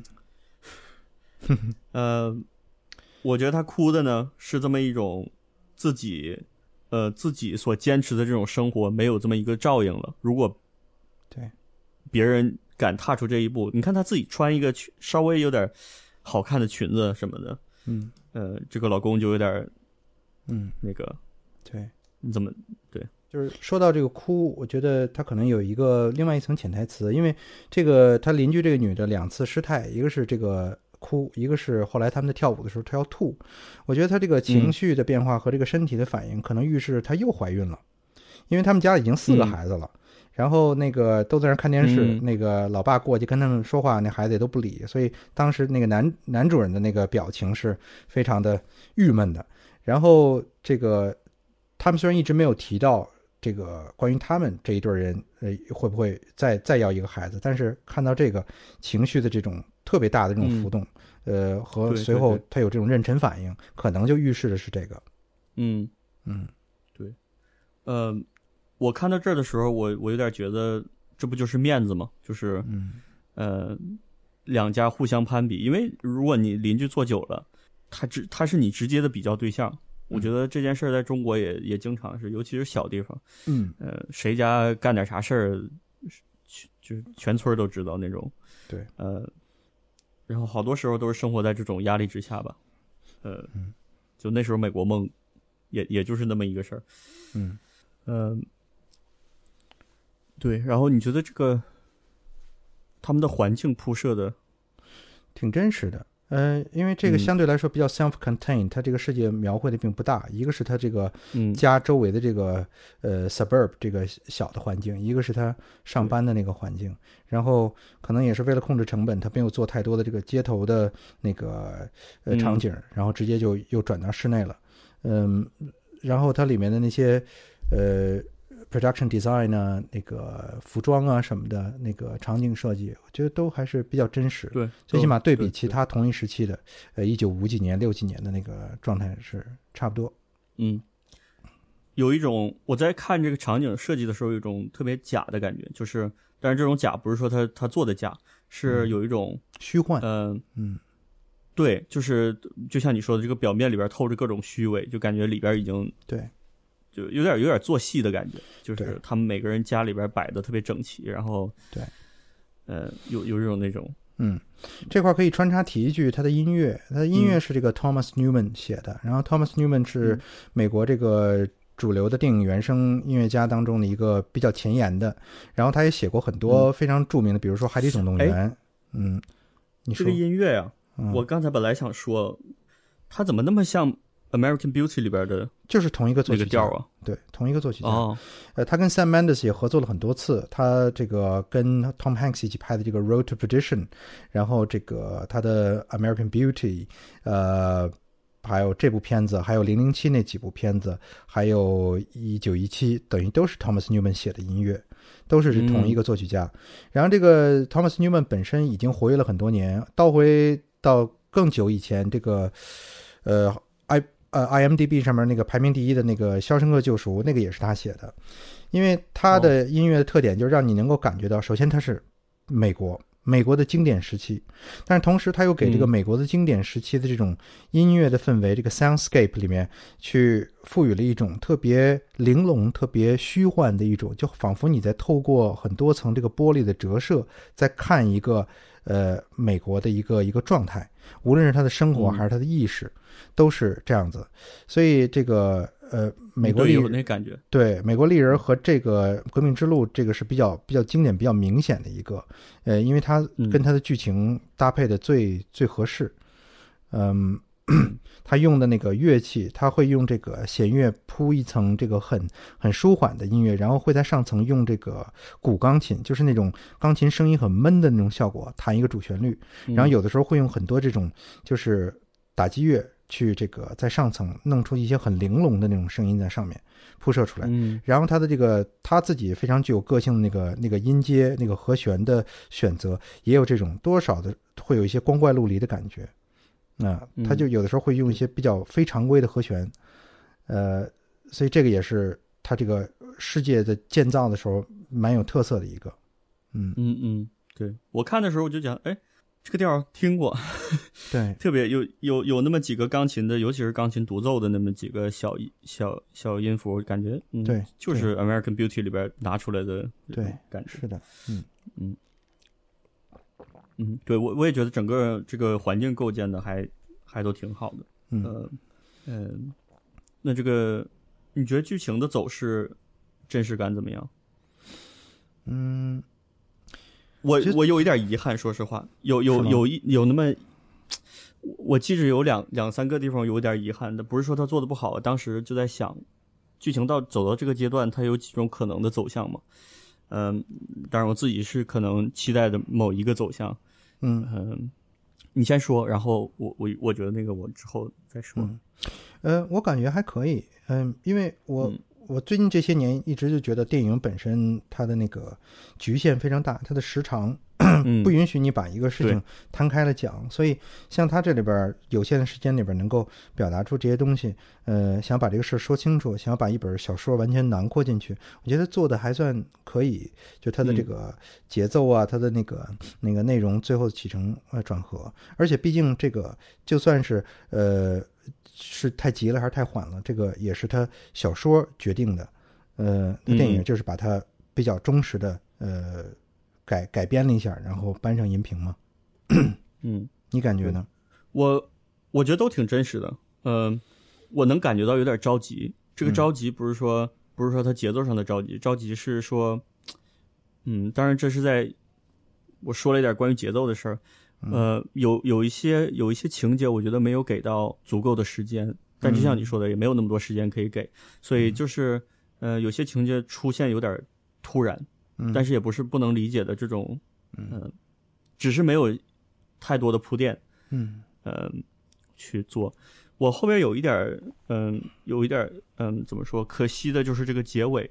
呃，我觉得她哭的呢是这么一种自己，呃，自己所坚持的这种生活没有这么一个照应了。如果对别人。敢踏出这一步，你看他自己穿一个稍微有点好看的裙子什么的， 嗯， 呃，这个老公就有点， 嗯， 那个， 对， 你怎么对？ 就是说到这个哭，我觉得他可能有一个另外一层潜台词，因为这个他邻居这个女的两次失态，一个是这个哭，一个是后来他们在跳舞的时候她要吐，我觉得他这个情绪的变化和这个身体的反应，可能预示她又怀孕了，因为他们家已经四个孩子了。嗯，然后那个都在那看电视、嗯，那个老爸过去跟他们说话，那孩子也都不理，所以当时那个男男主人的那个表情是非常的郁闷的。然后这个他们虽然一直没有提到这个关于他们这一对人呃会不会再再要一个孩子，但是看到这个情绪的这种特别大的这种浮动，嗯、呃和随后他有这种妊娠反应，可能就预示的是这个。 嗯嗯， 对，呃。我看到这儿的时候，我我有点觉得这不就是面子吗？就是， 嗯， 呃，两家互相攀比，因为如果你邻居做久了，他直他是你直接的比较对象。我觉得这件事儿在中国也也经常是，尤其是小地方， 嗯， 呃，谁家干点啥事儿，就是全村都知道那种。 对， 呃，然后好多时候都是生活在这种压力之下吧。呃， 嗯， 就那时候美国梦，也也就是那么一个事儿。 嗯， 呃。对，然后你觉得这个他们的环境铺设的挺真实的，呃，因为这个相对来说比较 self-contained，、嗯、它这个世界描绘的并不大，一个是它这个家周围的这个、嗯、呃 suburb 这个小的环境，一个是他上班的那个环境，然后可能也是为了控制成本，他没有做太多的这个街头的那个呃场景，然后直接就又转到室内了，嗯，然后它里面的那些呃。 production design 啊，那个服装啊什么的，那个场景设计，我觉得都还是比较真实。 对， 最起码对比其他同一时期的，呃，一九五几年、六几年的那个状态是差不多。 嗯，有一种我在看这个场景设计的时候，有一种特别假的感觉，就是，但是这种假不是说他他做的假，是有一种、 嗯、虚幻。 嗯、呃、 嗯， 对，就是就像你说的，这个表面里边透着各种虚伪，就感觉里边已经对。 就有点有点做戏的感觉，就是他们每个人家里边摆的特别整齐，然后对， 呃，有有这种那种， 嗯，这块可以穿插提一句，他的音乐，他的音乐是这个 Thomas Newman 写的，嗯、然后 Thomas Newman 是美国这个主流的电影原声音乐家当中的一个比较前沿的，然后他也写过很多非常著名的，嗯、比如说《海底总动员》，嗯，你说这个音乐啊， 嗯、 我刚才本来想说，他怎么那么像American Beauty 里边的， 就是同一个作曲家， 那个调啊， 对，同一个作曲家。 哦， 呃，他跟 Sam Mendes 也合作了很多次，他这个跟 Tom Hanks 一起拍的这个 Road to Perdition， 然后这个他的 American Beauty， 呃，还有这部片子，还有零零七那几部片子，还有一九一七，等于都是 Thomas Newman 写的音乐，都是同一个作曲家。嗯、然后这个 Thomas Newman 本身已经活跃了很多年，倒回到更久以前，这个呃 I。呃 ，I M D B 上面那个排名第一的那个《肖申克救赎》，那个也是他写的，因为他的音乐的特点就是让你能够感觉到，首先它是美国美国的经典时期，但是同时他又给这个美国的经典时期的这种音乐的氛围，嗯、这个 soundscape 里面去赋予了一种特别玲珑、特别虚幻的一种，就仿佛你在透过很多层这个玻璃的折射，在看一个呃美国的一个一个状态，无论是他的生活还是他的意识。嗯都是这样子，所以这个呃，美国丽有那感觉， 对美国丽人和这个革命之路，这个是比较比较经典、比较明显的一个，呃，因为它跟它的剧情搭配的最、嗯、最合适。嗯，他用的那个乐器，他会用这个弦乐铺一层这个很很舒缓的音乐，然后会在上层用这个古钢琴，就是那种钢琴声音很闷的那种效果，弹一个主旋律，然后有的时候会用很多这种就是打击乐。去这个在上层弄出一些很玲珑的那种声音在上面铺设出来， 嗯， 然后他的这个他自己非常具有个性的那个那个音阶那个和弦的选择，也有这种多少的会有一些光怪陆离的感觉，啊、呃，他就有的时候会用一些比较非常规的和弦，呃，所以这个也是他这个世界的建造的时候蛮有特色的一个，嗯嗯嗯，对我看的时候我就讲，哎。这个调听过， 对， 特别有有有那么几个钢琴的，尤其是钢琴独奏的那么几个小小小音符，感觉嗯， 对， 就是 American Beauty 里边拿出来的， 对， 感觉是的，嗯嗯嗯，对我我也觉得整个这个环境构建的还还都挺好的， 嗯呃嗯、呃，那这个你觉得剧情的走势真实感怎么样？ 嗯。 我我有一点遗憾，说实话，有有有一有那么，我记着有两两三个地方有点遗憾的，不是说他做的不好，当时就在想，剧情到走到这个阶段，它有几种可能的走向嘛？嗯，当然我自己是可能期待的某一个走向， 嗯嗯，你先说，然后我我我觉得那个我之后再说。 嗯，呃，我感觉还可以，嗯，因为我。嗯我最近这些年一直就觉得电影本身它的那个局限非常大，它的时长不允许你把一个事情摊开了讲，嗯、所以像它这里边有限的时间里边能够表达出这些东西，呃，想把这个事说清楚，想要把一本小说完全囊括进去，我觉得做的还算可以，就它的这个节奏啊，嗯、它的那个那个内容最后起承呃转合，而且毕竟这个就算是呃。是太急了还是太缓了，这个也是他小说决定的，呃，电影就是把它比较忠实的呃改改编了一下，然后搬上银屏嘛。 嗯， 你感觉呢？ 我我觉得都挺真实的，嗯、呃，我能感觉到有点着急。这个着急不是说、嗯、不是说他节奏上的着急，着急是说，嗯，当然这是在我说了一点关于节奏的事儿。呃，有有一些有一些情节，我觉得没有给到足够的时间，但就像你说的，也没有那么多时间可以给，所以就是呃，有些情节出现有点突然，但是也不是不能理解的这种，嗯、呃，只是没有太多的铺垫， 嗯， 呃，去做。我后边有一点，嗯、呃，有一点，嗯、呃，怎么说？可惜的就是这个结尾，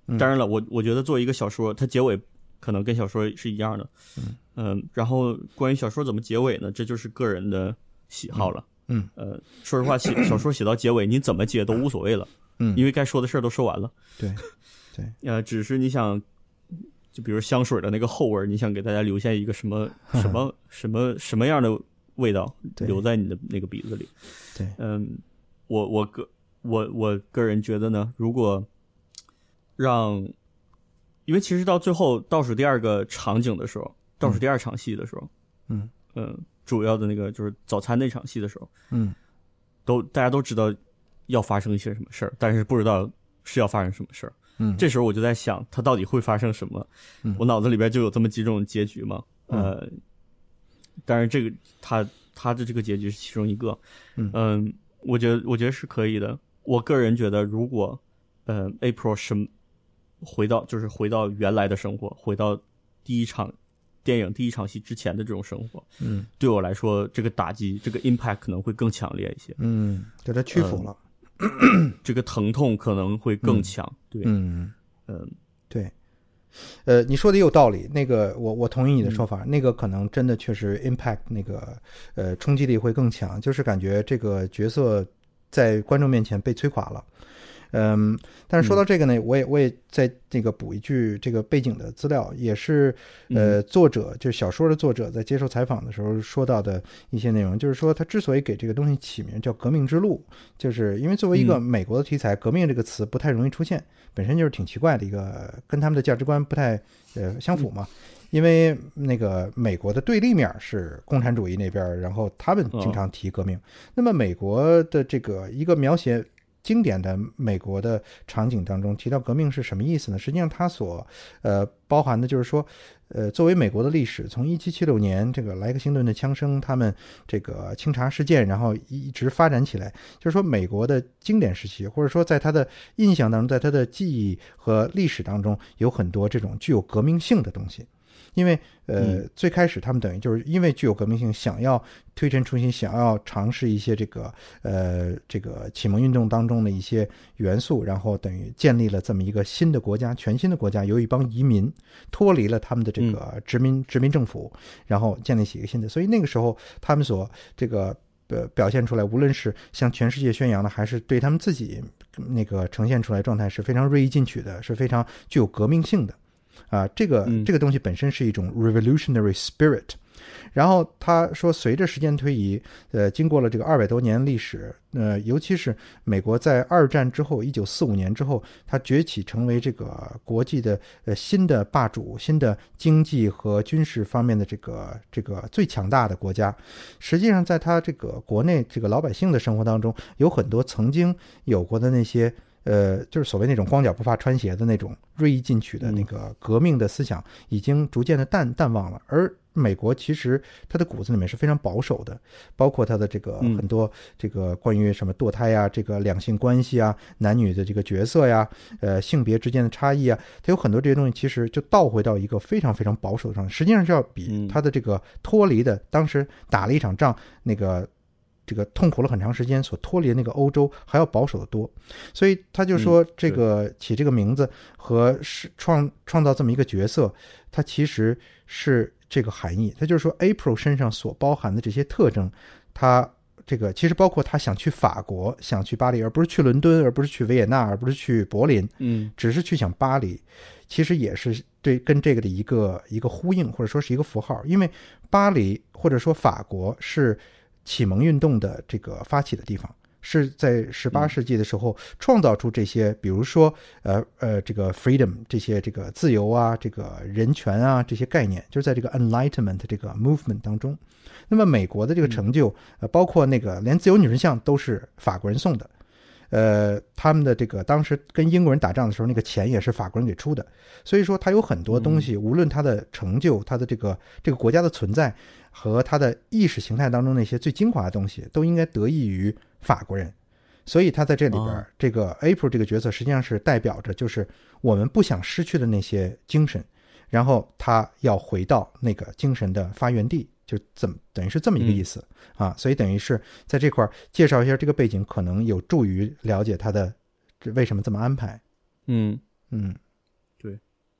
当然了，我我觉得作为一个小说，它结尾可能跟小说是一样的。 嗯嗯，然后关于小说怎么结尾呢？这就是个人的喜好了。 嗯呃，说实话，写小说写到结尾，你怎么结都无所谓了。 嗯， 因为该说的事儿都说完了。 对对， 呃，只是你想，就比如香水的那个后味，你想给大家留下一个什么什么什么什么样的味道留在你的那个鼻子里。 对， 嗯，我我个我我个人觉得呢，如果让，因为其实到最后倒数第二个场景的时候，倒数第二场戏的时候， 嗯嗯，主要的那个就是早餐那场戏的时候， 嗯， 都大家都知道要发生一些什么事儿，但是不知道是要发生什么事儿。 嗯， 这时候我就在想，它到底会发生什么？ 嗯、 我脑子里边就有这么几种结局嘛。呃， 嗯、 当然这个他他的这个结局是其中一个。 嗯、 呃、我觉得我觉得是可以的。我个人觉得，如果呃 April 是回到就是回到原来的生活，回到第一场电影第一场戏之前的这种生活， 嗯， 对我来说，这个打击这个 impact 可能会更强烈一些。 嗯，给他屈服了。 呃这个疼痛可能会更强。嗯、对， 嗯嗯， 对，呃，你说的也有道理。那个，我我同意你的说法。 嗯、 那个可能真的确实 impact 那个呃冲击力会更强，就是感觉这个角色在观众面前被摧垮了。嗯，但是说到这个呢， 嗯、 我也我也在这个补一句这个背景的资料，也是呃作者就是小说的作者在接受采访的时候说到的一些内容，就是说他之所以给这个东西起名叫革命之路，就是因为作为一个美国的题材，嗯、革命这个词不太容易出现，本身就是挺奇怪的一个，跟他们的价值观不太呃相符嘛。嗯、因为那个美国的对立面是共产主义那边，然后他们经常提革命。哦、那么美国的这个一个描写经典的美国的场景当中提到革命是什么意思呢？实际上它所呃包含的就是说，呃，作为美国的历史，从一七七六年这个莱克星顿的枪声，他们这个清查事件，然后一直发展起来，就是说美国的经典时期，或者说在他的印象当中，在他的记忆和历史当中，有很多这种具有革命性的东西。因为呃、嗯、最开始他们等于就是因为具有革命性，想要推陈出新，想要尝试一些这个呃这个启蒙运动当中的一些元素，然后等于建立了这么一个新的国家，全新的国家，由一帮移民脱离了他们的这个殖民、嗯、殖民政府，然后建立起一个新的。所以那个时候他们所这个呃表现出来，无论是向全世界宣扬的，还是对他们自己那个呈现出来状态，是非常锐意进取的，是非常具有革命性的。啊，这个这个东西本身是一种 revolutionary spirit， 然后他说，随着时间推移，呃，经过了这个二百多年历史，呃，尤其是美国在二战之后，一九四五年之后，它崛起成为这个国际的呃新的霸主、新的经济和军事方面的这个这个最强大的国家。实际上，在它这个国内这个老百姓的生活当中，有很多曾经有过的那些。呃，就是所谓那种光脚不怕穿鞋的那种锐意进取的那个革命的思想，已经逐渐的淡淡忘了。而美国其实它的骨子里面是非常保守的，包括它的这个很多这个关于什么堕胎啊，这个两性关系啊，男女的这个角色呀，呃，性别之间的差异啊，它有很多这些东西，其实就倒回到一个非常非常保守的状态，实际上是要比它的这个脱离的，当时打了一场仗那个。这个痛苦了很长时间所脱离的那个欧洲还要保守的多，所以他就说这个、嗯、起这个名字和是创创造这么一个角色，它其实是这个含义。他就是说 April 身上所包含的这些特征，他这个其实包括他想去法国，想去巴黎，而不是去伦敦，而不是去维也纳，而不是去柏林， 嗯， 只是去想巴黎，其实也是对跟这个的一个一个呼应，或者说是一个符号。因为巴黎或者说法国是启蒙运动的这个发起的地方，是在十八世纪的时候创造出这些，比如说呃呃这个 freedom 这些这个自由啊，这个人权啊这些概念，就是在这个 enlightenment 这个 movement 当中。那么美国的这个成就，呃包括那个连自由女神像都是法国人送的。呃，他们的这个当时跟英国人打仗的时候，那个钱也是法国人给出的，所以说他有很多东西，无论他的成就，他的这个这个国家的存在和他的意识形态当中那些最精华的东西，都应该得益于法国人。所以他在这里边，哦、这个 April 这个角色实际上是代表着，就是我们不想失去的那些精神，然后他要回到那个精神的发源地。就怎么等于是这么一个意思、嗯、啊，所以等于是在这块介绍一下这个背景，可能有助于了解他的为什么这么安排。 嗯嗯，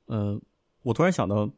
嗯、呃，我突然想到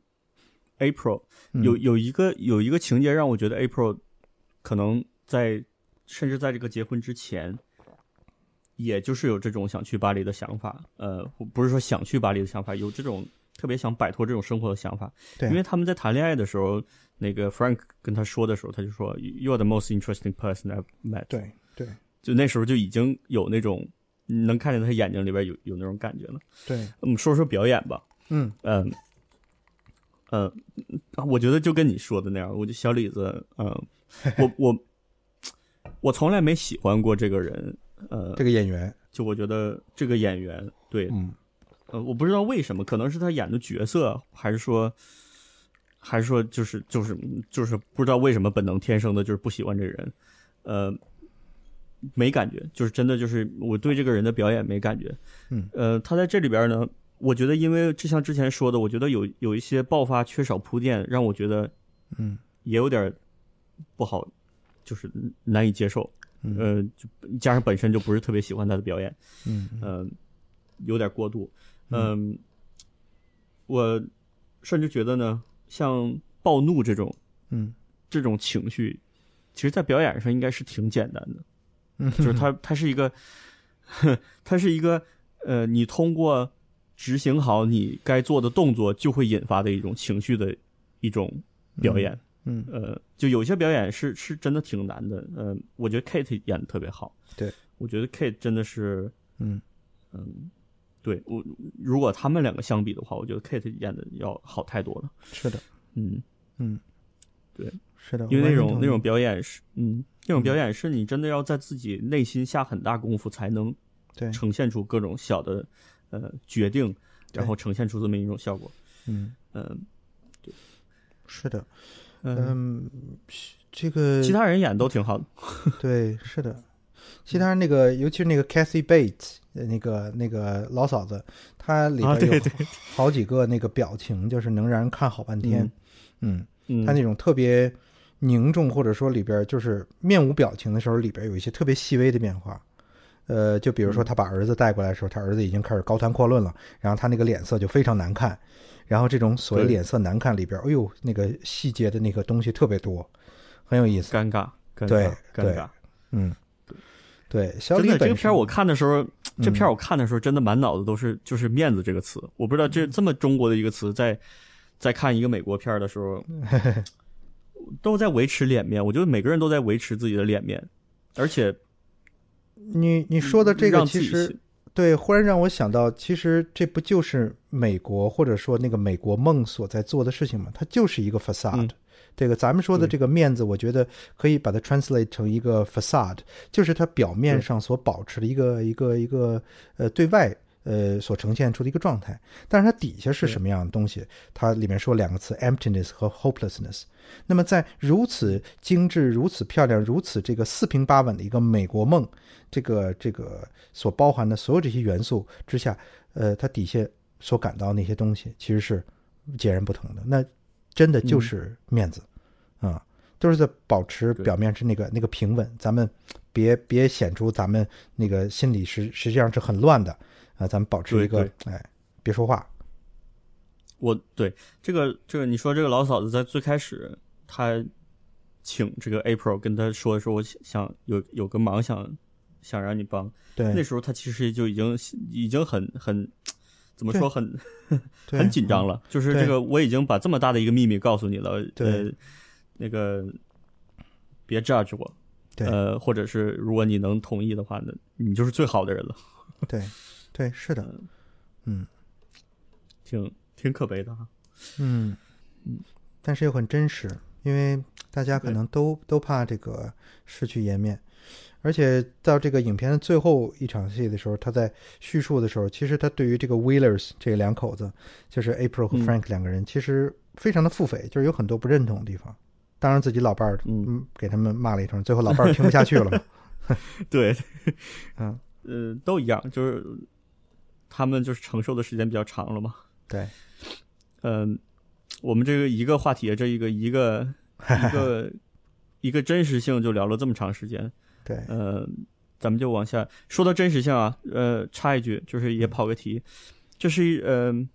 April 有有一个有一个情节让我觉得 April 可能在甚至在这个结婚之前，也就是有这种想去巴黎的想法。呃，不是说想去巴黎的想法，有这种特别想摆脱这种生活的想法。 对， 因为他们在谈恋爱的时候，那个 Frank 跟他说的时候，他就说 "You are the most interesting person I've met"。 对对， 就那时候就已经有那种能看见他眼睛里边有有那种感觉了。 对， 我们说说表演吧。 嗯嗯嗯、呃，我觉得就跟你说的那样，我就小李子，嗯、呃，我我我从来没喜欢过这个人，呃， 这个演员， 就我觉得这个演员，对， 嗯， 呃，我不知道为什么，可能是他演的角色，还是说，还是说就是就是就是不知道为什么本能天生的就是不喜欢这个人，呃，没感觉，就是真的就是我对这个人的表演没感觉， 嗯， 呃，他在这里边呢，我觉得因为就像之前说的，我觉得有有一些爆发缺少铺垫，让我觉得， 嗯， 也有点不好，就是难以接受。 嗯、 呃，就加上本身就不是特别喜欢他的表演， 嗯嗯、呃，有点过度，嗯、呃，我甚至觉得呢，像暴怒这种， 嗯， 这种情绪，其实在表演上应该是挺简单的， 嗯， 就是它它是一个，它是一个呃，你通过执行好你该做的动作，就会引发的一种情绪的一种表演。 嗯嗯， 呃，就有些表演是是真的挺难的，呃，我觉得 Kate 演的特别好， 对， 我觉得 Kate 真的是， 嗯嗯，对我如果他们两个相比的话，我觉得 Kate 演的要好太多了， 是的， 嗯嗯， 对， 是的， 因为那种那种表演是，嗯，那种表演是你真的要在自己内心下很大功夫才能对呈现出各种小的呃决定，然后呈现出这么一种效果， 嗯嗯、呃，对， 是的。 嗯， 这个其他人演都挺好的， 对，是的，其他人那个，尤其是那个 Kathy Bates 那个那个老嫂子，她里边有好几个那个表情，就是能让人看好半天。嗯，嗯，她那种特别凝重，或者说里边就是面无表情的时候，里边有一些特别细微的变化。呃，就比如说他把儿子带过来的时候，他儿子已经开始高谈阔论了，然后他那个脸色就非常难看。然后这种所谓脸色难看里边，哎呦，那个细节的那个东西特别多，很有意思。 尴尬，尴尬， 对， 尴尬， 嗯，对。小李真的，这个片我看的时候，这片我看的时候，真的满脑子都是就是面子这个词。嗯、我不知道这这么中国的一个词，在在看一个美国片的时候，都在维持脸面。我觉得每个人都在维持自己的脸面，而且你你说的这个其实。对，忽然让我想到，其实这不就是美国或者说那个美国梦所在做的事情吗？它就是一个 facade、嗯。这个咱们说的这个面子，我觉得可以把它 translate 成一个 facade， 就是它表面上所保持的一个一个一个呃对外呃所呈现出的一个状态，但是它底下是什么样的东西？它里面说两个词 emptiness 和 hopelessness。那么在如此精致、如此漂亮、如此这个四平八稳的一个美国梦，这个这个所包含的所有这些元素之下，呃，它底下所感到那些东西其实是截然不同的。那真的就是面子啊、嗯嗯，都是在保持表面是那个那个平稳，咱们别别显出咱们那个心里是实际上是很乱的啊、呃，咱们保持一个哎，别说话。 我对这个这个你说这个老嫂子在最开始她请这个 April 跟她说说我想有有个忙想想让你帮， 对， 那时候她其实就已经已经很很怎么说很很紧张了，就是这个我已经把这么大的一个秘密告诉你了， 对， 呃，那个别 judge 我， 对， 呃，或者是如果你能同意的话呢，你就是最好的人了。 对，对，是的，嗯， 挺挺可悲的哈， 嗯嗯，但是又很真实，因为大家可能都都怕这个失去颜面，而且到这个影片的最后一场戏的时候，他在叙述的时候，其实他对于这个 Wheelers 这两口子，就是 April 和 Frank 两个人，嗯、其实非常的腹诽，就是有很多不认同的地方。当然自己老伴儿嗯给他们骂了一通，最后老伴儿听不下去了嘛。 对， 嗯呃，都一样，就是他们就是承受的时间比较长了嘛。 对， 嗯、呃，我们这个一个话题，这一个一个一个一个真实性就聊了这么长时间。 对， 呃，咱们就往下说到真实性啊，呃，插一句，就是也跑个题，这是呃，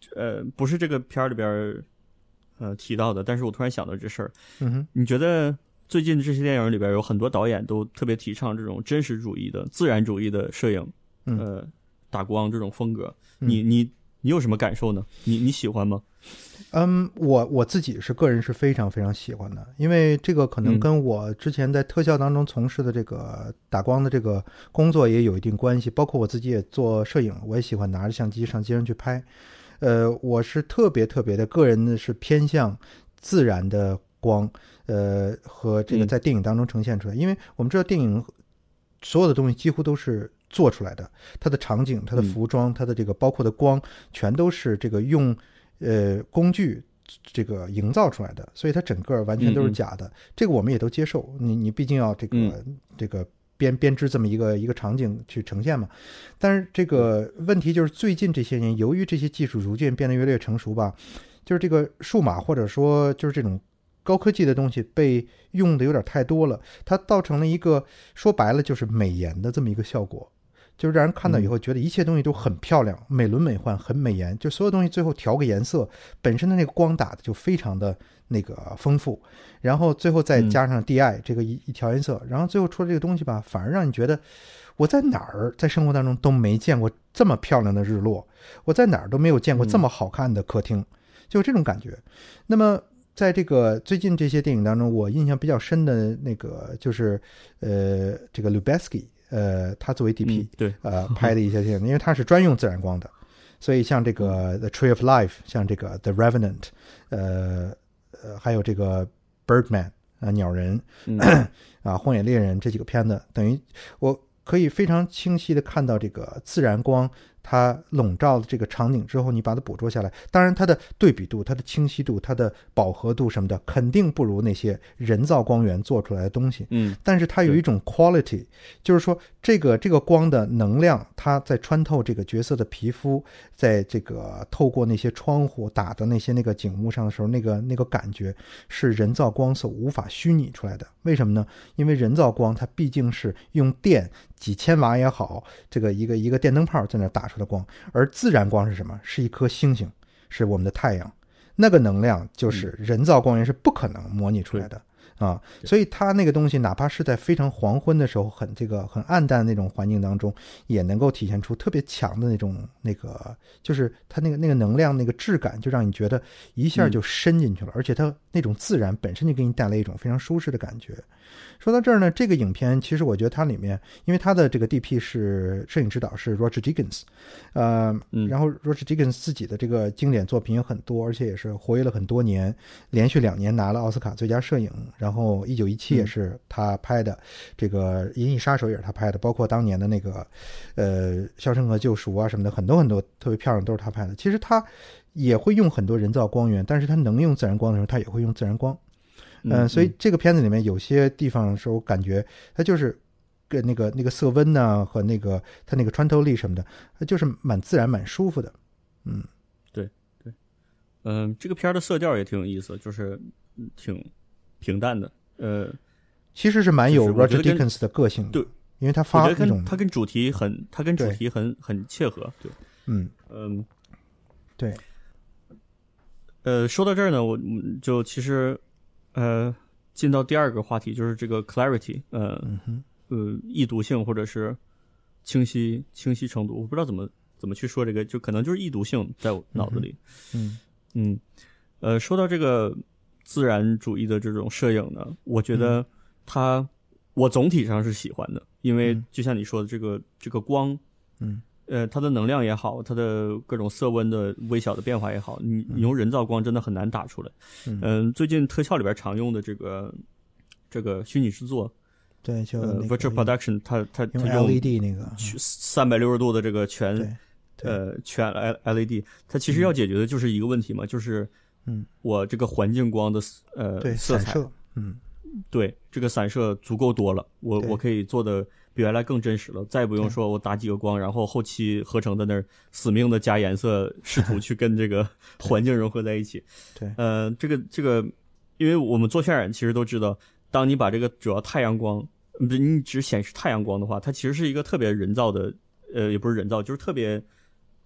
呃，不是这个片儿里边呃提到的，但是我突然想到这事儿。 嗯哼， 你觉得最近这些电影里边有很多导演都特别提倡这种真实主义的、自然主义的摄影， 嗯、 呃，打光这种风格，你你你有什么感受呢？你你喜欢吗？ 嗯，我我自己是个人是非常非常喜欢的，因为这个可能跟我之前在特效当中从事的这个打光的这个工作也有一定关系，包括我自己也做摄影，我也喜欢拿着相机上街上去拍。呃，我是特别特别的个人的是偏向自然的光，呃，和这个在电影当中呈现出来，嗯、因为我们知道电影所有的东西几乎都是做出来的，它的场景、它的服装、它的这个包括的光，全都是这个用呃工具这个营造出来的，所以它整个完全都是假的。嗯嗯这个我们也都接受，你你毕竟要这个、嗯、这个编编织这么一个一个场景去呈现嘛。但是这个问题就是最近这些年，由于这些技术逐渐变得越来越成熟吧，就是这个数码或者说就是这种高科技的东西被用的有点太多了，它造成了一个说白了就是美颜的这么一个效果。就是让人看到以后觉得一切东西都很漂亮、美轮美奂、很美颜，就所有东西最后调个颜色，本身的那个光打的就非常的那个丰富，然后最后再加上 D I 这个一一调颜色，然后最后出来这个东西吧，反而让你觉得我在哪儿在生活当中都没见过这么漂亮的日落，我在哪儿都没有见过这么好看的客厅，就这种感觉。那么在这个最近这些电影当中，我印象比较深的那个就是呃这个 Lubezki。呃，他作为 D P，、嗯、 对， 呃，拍的一些电影，因为他是专用自然光的，所以像这个 The Tree of Life， 像这个 The Revenant， 呃呃，还有这个 Birdman 啊、呃，鸟人， 嗯、 啊，荒野猎人这几个片子，等于我可以非常清晰的看到这个自然光它笼罩了这个场景之后，你把它捕捉下来，当然它的对比度、它的清晰度、它的饱和度什么的肯定不如那些人造光源做出来的东西， 嗯， 但是它有一种 quality， 就是说这个这个光的能量它在穿透这个角色的皮肤，在这个透过那些窗户打的那些那个景物上的时候，那个那个感觉是人造光所无法虚拟出来的。为什么呢？因为人造光它毕竟是用电几千瓦也好，这个一个一个电灯泡在那打出的光，而自然光是什么？是一颗星星，是我们的太阳，那个能量就是人造光源是不可能模拟出来的、嗯、啊，所以它那个东西哪怕是在非常黄昏的时候，很这个很暗淡的那种环境当中，也能够体现出特别强的那种那个，就是它那个那个能量那个质感，就让你觉得一下就深进去了、嗯、而且它那种自然本身就给你带来一种非常舒适的感觉。说到这儿呢，这个影片其实我觉得它里面，因为它的这个 D P 是摄影指导是 Roger Deakins， 呃、嗯，然后 Roger Deakins 自己的这个经典作品也很多，而且也是活跃了很多年，连续两年拿了奥斯卡最佳摄影，然后一九一七也是他拍的、嗯、这个银翼杀手也是他拍的，包括当年的那个呃肖申克救赎啊什么的，很多很多特别漂亮都是他拍的。其实他也会用很多人造光源，但是他能用自然光的时候他也会用自然光。嗯、呃，所以这个片子里面有些地方的时候，我感觉它就是跟那个那个色温呢、啊、和那个它那个穿透力什么的，它就是蛮自然、蛮舒服的。嗯， 对对，嗯、呃，这个片的色调也挺有意思，就是挺平淡的。呃， 其实是蛮有 Roger Deakins 的个性的， 对， 因为他发那种， 他跟主题很，他跟主题很很切合。对， 嗯嗯， 对。 呃，说到这儿呢，我就其实。呃，进到第二个话题，就是这个 clarity， 呃， 嗯、 呃，易读性或者是清晰清晰程度，我不知道怎么怎么去说这个，就可能就是易读性在我脑子里。 嗯嗯，呃，说到这个自然主义的这种摄影呢，我觉得它、嗯、我总体上是喜欢的，因为就像你说的这个这个光， 嗯。 呃，它的能量也好，它的各种色温的微小的变化也好，你你用人造光真的很难打出来。 嗯、 呃，最近特效里边常用的这个这个虚拟制作， 对，就、 呃、virtual production， 它它它用 L E D 那个三百六十度的这个全呃全 L E D， 它其实要解决的就是一个问题嘛，嗯、就是嗯， 我这个环境光的呃对色彩， 嗯， 对，这个散射足够多了，我我可以做的比原来更真实了，再也不用说我打几个光，然后后期合成的那儿死命的加颜色，试图去跟这个环境融合在一起。 对， 呃，这个这个，因为我们做渲染其实都知道，当你把这个主要太阳光，你只显示太阳光的话，它其实是一个特别人造的，呃，也不是人造，就是特别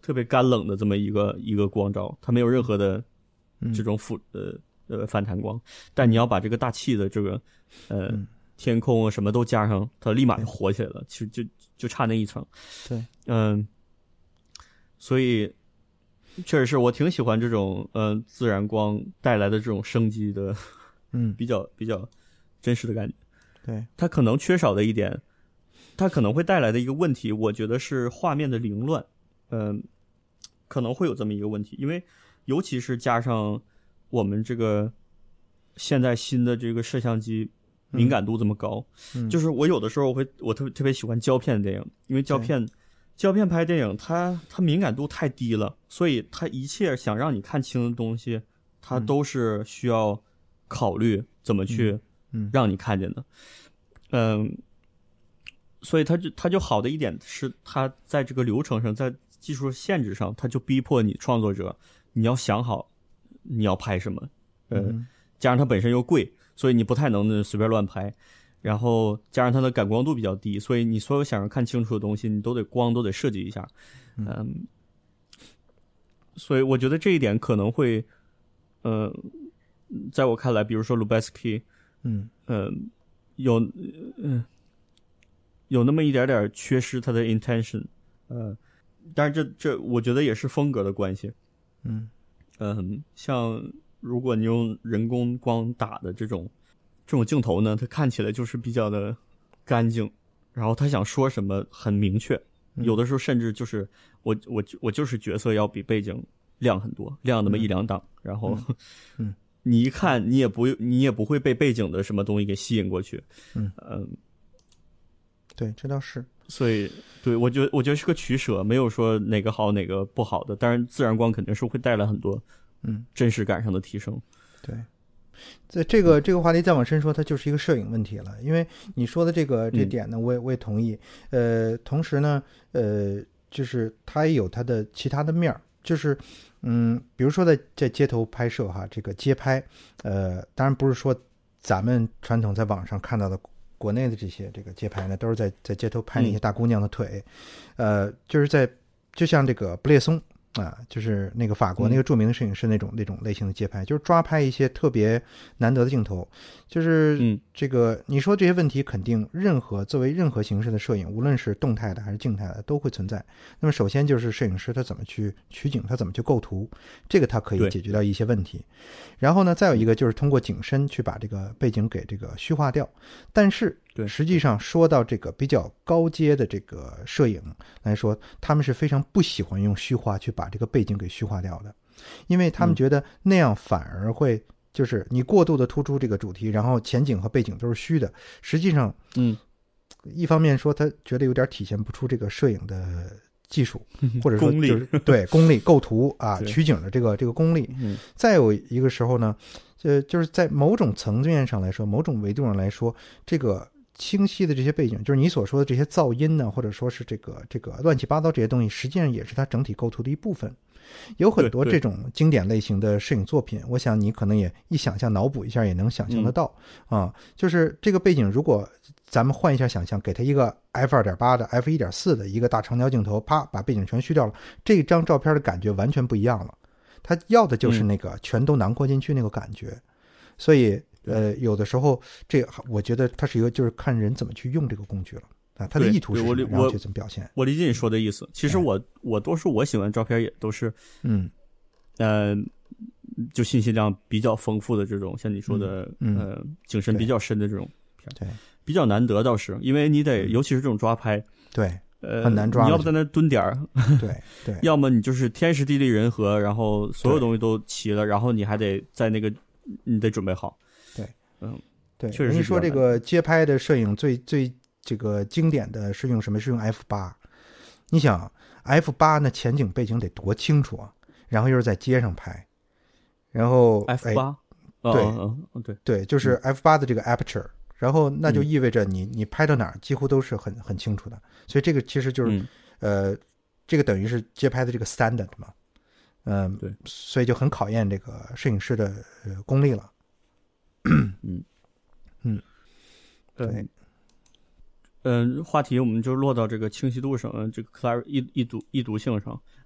特别干冷的这么一个一个光照，它没有任何的这种辅、嗯、呃呃反弹光，但你要把这个大气的这个呃、嗯、天空啊什么都加上，它立马就活起来了，其实就就差那一层。 对， 嗯，所以确实是我挺喜欢这种嗯、呃、自然光带来的这种生机的， 嗯， 比较比较真实的感觉。 对， 它可能缺少的一点，它可能会带来的一个问题，我觉得是画面的凌乱。嗯、呃，可能会有这么一个问题，因为尤其是加上我们这个现在新的这个摄像机敏感度这么高， 嗯、 就是我有的时候我会我特别特别喜欢胶片电影，因为胶片胶片拍电影它它敏感度太低了，所以它一切想让你看清的东西，它都是需要考虑怎么去让你看见的。嗯，嗯所以它就它就好的一点是，它在这个流程上，在技术限制上，它就逼迫你创作者，你要想好你要拍什么。呃， 嗯、 加上它本身又贵，所以你不太能随便乱拍。然后加上它的感光度比较低，所以你所有想要看清楚的东西，你都得光都得设计一下。嗯，嗯所以我觉得这一点可能会，呃，在我看来，比如说 Lubezki， 嗯， 呃，有，嗯、呃。有那么一点点缺失他的 intention， 呃，但是这这我觉得也是风格的关系， 嗯嗯、呃，像如果你用人工光打的这种这种镜头呢，它看起来就是比较的干净，然后他想说什么很明确，有的时候甚至就是我我我就是角色要比背景亮很多，亮那么一两档，嗯、然后嗯，嗯你一看你也不你也不会被背景的什么东西给吸引过去， 嗯嗯。呃对，这倒是。 所以，对我觉得，我觉得是个取舍，没有说哪个好哪个不好的。当然，自然光肯定是会带来很多， 嗯， 真实感上的提升。 对，在这个这个话题再往深说，它就是一个摄影问题了。因为你说的这个这点呢，我也我也同意。呃，同时呢，呃，就是它也有它的其他的面儿，就是嗯，比如说在在街头拍摄哈，这个街拍，呃，当然不是说咱们传统在网上看到的。国内的这些这个街拍呢，都是在在街头拍那些大姑娘的腿，嗯、呃，就是在就像这个布列松啊，就是那个法国那个著名的摄影师那种、嗯、那种类型的街拍，就是抓拍一些特别难得的镜头，就是这个、嗯、你说这些问题，肯定任何作为任何形式的摄影，无论是动态的还是静态的，都会存在。那么首先就是摄影师他怎么去取景，他怎么去构图，这个他可以解决掉一些问题。然后呢，再有一个就是通过景深去把这个背景给这个虚化掉。但是实际上说到这个比较高阶的这个摄影来说，他们是非常不喜欢用虚化去把这个背景给虚化掉的，因为他们觉得那样反而会就是你过度的突出这个主题，然后前景和背景都是虚的，实际上嗯， 一方面说他觉得有点体现不出这个摄影的技术，或者说就是对功力构图啊取景的这个这个功力、嗯、再有一个时候呢，呃就是在某种层面上来说，某种维度上来说，这个清晰的这些背景，就是你所说的这些噪音呢，或者说是这个这个乱七八糟这些东西，实际上也是它整体构图的一部分。有很多这种经典类型的摄影作品，我想你可能也一想象脑补一下也能想象得到、嗯、啊，就是这个背景如果咱们换一下想象，给它一个 F 二点八 的 F 一点四 的一个大长焦镜头，啪把背景全虚掉了，这张照片的感觉完全不一样了，它要的就是那个全都囊括进去那个感觉、嗯、所以呃，有的时候这我觉得它是一个就是看人怎么去用这个工具了啊，他的意图是什么，然后去怎么表现。 我理解你说的意思。其实我、哎、我多数我喜欢的照片也都是， 嗯， 呃，就信息量比较丰富的这种，像你说的， 嗯、 呃，景深比较深的这种片， 对， 比较难得倒是，因为你得，尤其是这种抓拍， 对， 呃， 很难抓， 你要不在那蹲点儿， 对对， 要么你就是天时地利人和，然后所有东西都齐了，然后你还得在那个，你得准备好。 对， 嗯， 对， 确实是。 你说这个街拍的摄影最最。这个经典的是用什么？是用 F 八。你想 F 八 那前景背景得多清楚啊，然后又是在街上拍，然后 F 八、 哎、对、 哦哦、对对，就是 F 八 的这个 aperture、嗯、然后那就意味着你你拍到哪儿几乎都是很很清楚的，所以这个其实就是、嗯、呃这个等于是街拍的这个 standard 嘛，嗯、呃， 对， 所以就很考验这个摄影师的、呃、功力了。 嗯嗯，对。 嗯嗯，话题我们就落到这个清晰度上，嗯，这个 clar 易易读易读性上。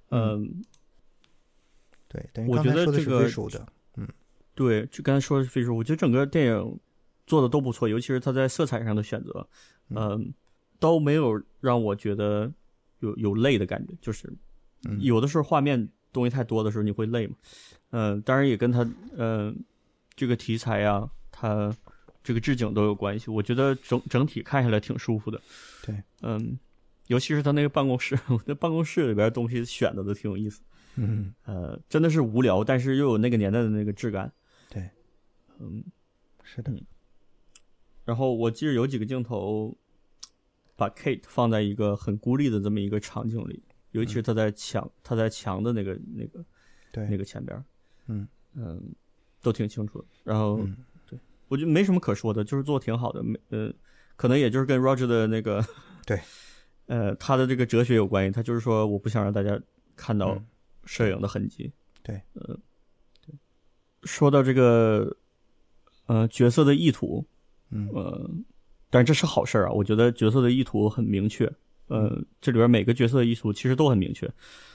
嗯， 嗯对，等于我觉得这个说的，嗯， 对，就刚才说的是非主，我觉得整个电影做的都不错，尤其是他在色彩上的选择，嗯、呃，都没有让我觉得有有累的感觉，就是有的时候画面东西太多的时候你会累嘛，嗯、呃，当然也跟他嗯、呃、这个题材啊，他这个置景都有关系，我觉得整整体看下来挺舒服的， 对， 嗯，尤其是他那个办公室，我觉得办公室里边的东西选的都挺有意思。 嗯， 呃，真的是无聊，但是又有那个年代的那个质感。 对， 嗯， 是的。 嗯、然后我记得有几个镜头，把 Kate 放在一个很孤立的这么一个场景里，尤其是他在墙，他、嗯、在墙的那个那个对那个前边， 嗯嗯，都挺清楚的。然后、 嗯、 对，我觉得没什么可说的，就是做挺好的。呃，可能也就是跟 Roger 的那个对， 呃，他的这个哲学有关系。他就是说，我不想让大家看到。嗯摄影的痕迹， 对， 呃，对。说到这个，呃，角色的意图， 嗯， 呃，但是这是好事啊，我觉得角色的意图很明确，呃， 嗯、 这里边每个角色的意图其实都很明确。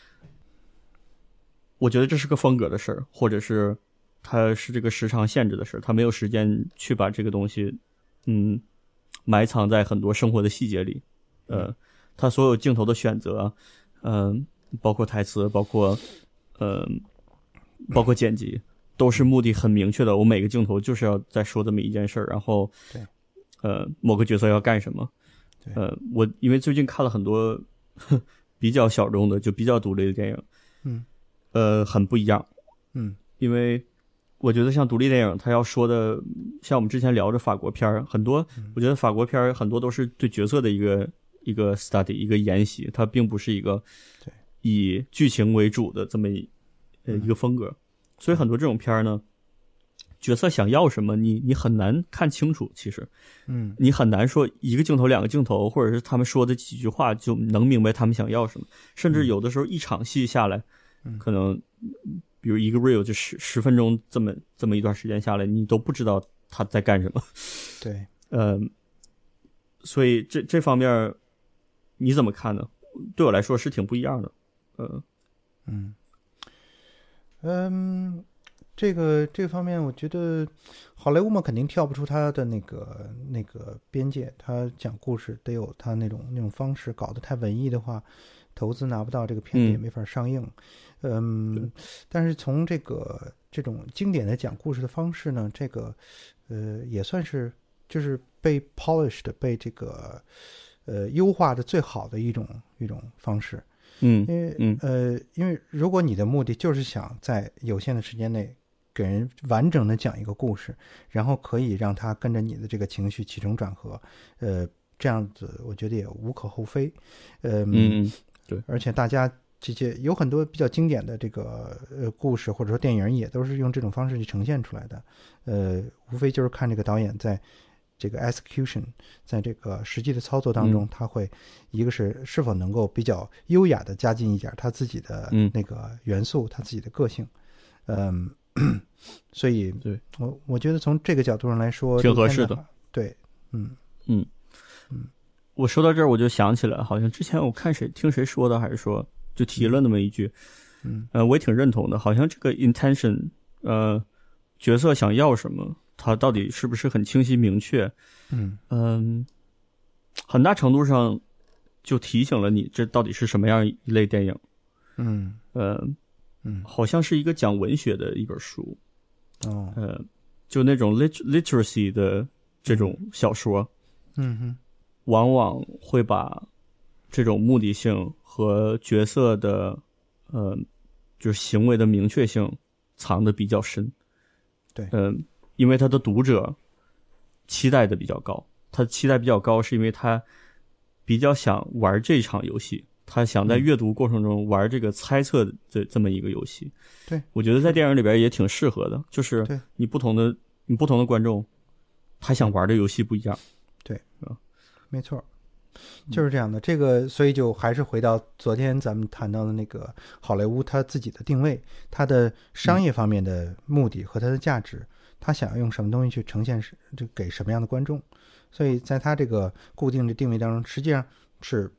我觉得这是个风格的事儿，或者是它是这个时长限制的事儿，他没有时间去把这个东西，嗯，埋藏在很多生活的细节里，呃，他所有镜头的选择，嗯、呃。包括台词，包括，呃，包括剪辑，都是目的很明确的。我每个镜头就是要在说这么一件事儿，然后， 对， 呃，某个角色要干什么。呃，我因为最近看了很多比较小众的，就比较独立的电影， 嗯， 呃，很不一样， 嗯， 因为我觉得像独立电影，它要说的，像我们之前聊的法国片儿，很多， 嗯、 我觉得法国片儿很多都是对角色的一个一个 study， 一个研习，它并不是一个。 对。 以剧情为主的这么一呃一个风格，所以很多这种片儿呢，角色想要什么，你你很难看清楚。其实， 嗯， 你很难说一个镜头、两个镜头，或者是他们说的几句话就能明白他们想要什么。甚至有的时候一场戏下来， 嗯、 可能比如一个 reel 就十十分钟这么这么一段时间下来，你都不知道他在干什么。 对， 呃，所以这这方面你怎么看呢？对我来说是挺不一样的。呃， 嗯，嗯，这个这个方面，我觉得好莱坞嘛，肯定跳不出他的那个那个边界。他讲故事得有他那种那种方式，搞得太文艺的话，投资拿不到，这个片子也没法上映。嗯，嗯但是从这个这种经典的讲故事的方式呢，这个呃也算是就是被 polished 被这个呃优化的最好的一种一种方式。 嗯， 因为嗯呃，因为如果你的目的就是想在有限的时间内给人完整的讲一个故事，然后可以让他跟着你的这个情绪起承转合，呃，这样子我觉得也无可厚非。呃、 嗯嗯，对， 而且大家这些有很多比较经典的这个呃故事或者说电影也都是用这种方式去呈现出来的，呃，无非就是看这个导演在。这个 execution 在这个实际的操作当中， 嗯、 他会一个是是否能够比较优雅的加进一点他自己的那个元素，嗯、他自己的个性，嗯，所以对我我觉得从这个角度上来说挺合适的， 对，嗯嗯嗯，我说到这儿我就想起来，好像之前我看谁听谁说的，还是说就提了那么一句， 嗯呃，我也挺认同的，好像这个 intention， 呃，角色想要什么。它到底是不是很清晰明确？ 嗯嗯，很大程度上就提醒了你这到底是什么样一类电影。 嗯呃嗯， 好像是一个讲文学的一本书。 哦， 呃，就那种 lit literacy 的这种小说， 嗯哼， 往往会把这种目的性和角色的呃就是行为的明确性藏得比较深。 对， 嗯、呃。因为他的读者期待的比较高，他期待比较高是因为他比较想玩这场游戏，他想在阅读过程中玩这个猜测的这么一个游戏。 对， 我觉得在电影里边也挺适合的，就是你不同的你不同的观众，他想玩的游戏不一样。 对，没错，就是这样的。这个所以就还是回到昨天咱们谈到的那个好莱坞他自己的定位，他的商业方面的目的和他的价值。他想要用什么东西去呈现，就给什么样的观众，所以在他这个固定的定位当中，实际上是嗯，